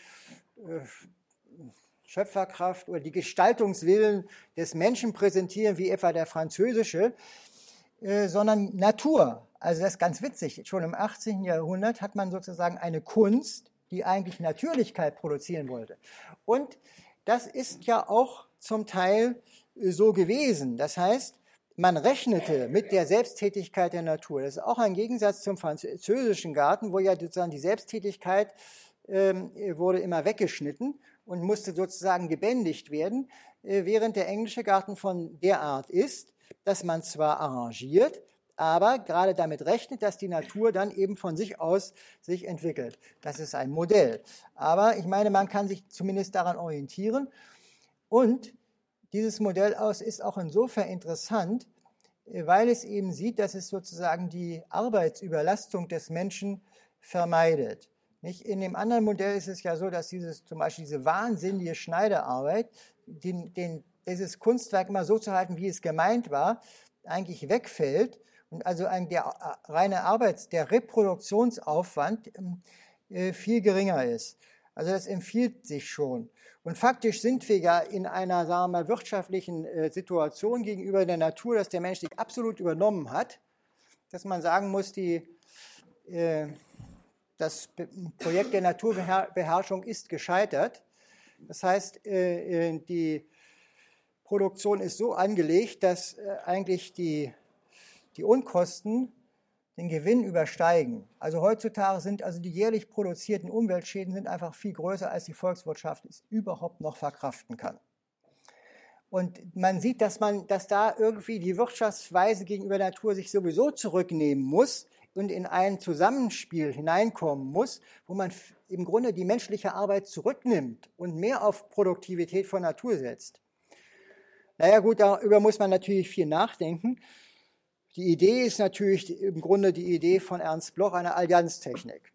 Speaker 1: Schöpferkraft oder die Gestaltungswillen des Menschen präsentieren, wie etwa der französische, sondern Natur. Also das ist ganz witzig. Schon im 18. Jahrhundert hat man sozusagen eine Kunst, die eigentlich Natürlichkeit produzieren wollte. Und das ist ja auch zum Teil so gewesen. Das heißt, man rechnete mit der Selbsttätigkeit der Natur. Das ist auch ein Gegensatz zum französischen Garten, wo ja sozusagen die Selbsttätigkeit wurde immer weggeschnitten und musste sozusagen gebändigt werden, während der englische Garten von der Art ist, dass man zwar arrangiert, aber gerade damit rechnet, dass die Natur dann eben von sich aus sich entwickelt. Das ist ein Modell. Aber ich meine, man kann sich zumindest daran orientieren. Und dieses Modell ist auch insofern interessant, weil es eben sieht, dass es sozusagen die Arbeitsüberlastung des Menschen vermeidet. Nicht? In dem anderen Modell ist es ja so, dass zum Beispiel diese wahnsinnige Schneiderarbeit, dieses Kunstwerk immer so zu halten, wie es gemeint war, eigentlich wegfällt und also der reine der Reproduktionsaufwand viel geringer ist. Also das empfiehlt sich schon. Und faktisch sind wir ja in einer, sagen wir mal, wirtschaftlichen Situation gegenüber der Natur, dass der Mensch sich absolut übernommen hat, dass man sagen muss, das Projekt der Naturbeherrschung ist gescheitert. Das heißt, die Produktion ist so angelegt, dass eigentlich die Unkosten den Gewinn übersteigen. Also heutzutage sind also die jährlich produzierten Umweltschäden sind einfach viel größer, als die Volkswirtschaft es überhaupt noch verkraften kann. Und man sieht, dass da irgendwie die Wirtschaftsweise gegenüber der Natur sich sowieso zurücknehmen muss und in ein Zusammenspiel hineinkommen muss, wo man im Grunde die menschliche Arbeit zurücknimmt und mehr auf Produktivität von Natur setzt. Naja gut, darüber muss man natürlich viel nachdenken. Die Idee ist natürlich im Grunde die Idee von Ernst Bloch, einer Allianztechnik.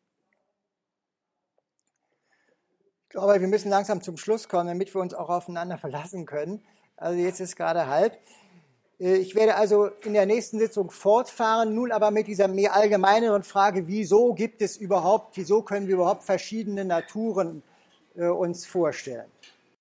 Speaker 1: Ich glaube, wir müssen langsam zum Schluss kommen, damit wir uns auch aufeinander verlassen können. Also jetzt ist gerade halb. Ich werde also in der nächsten Sitzung fortfahren, nun aber mit dieser mehr allgemeineren Frage, wieso können wir überhaupt verschiedene Naturen uns vorstellen.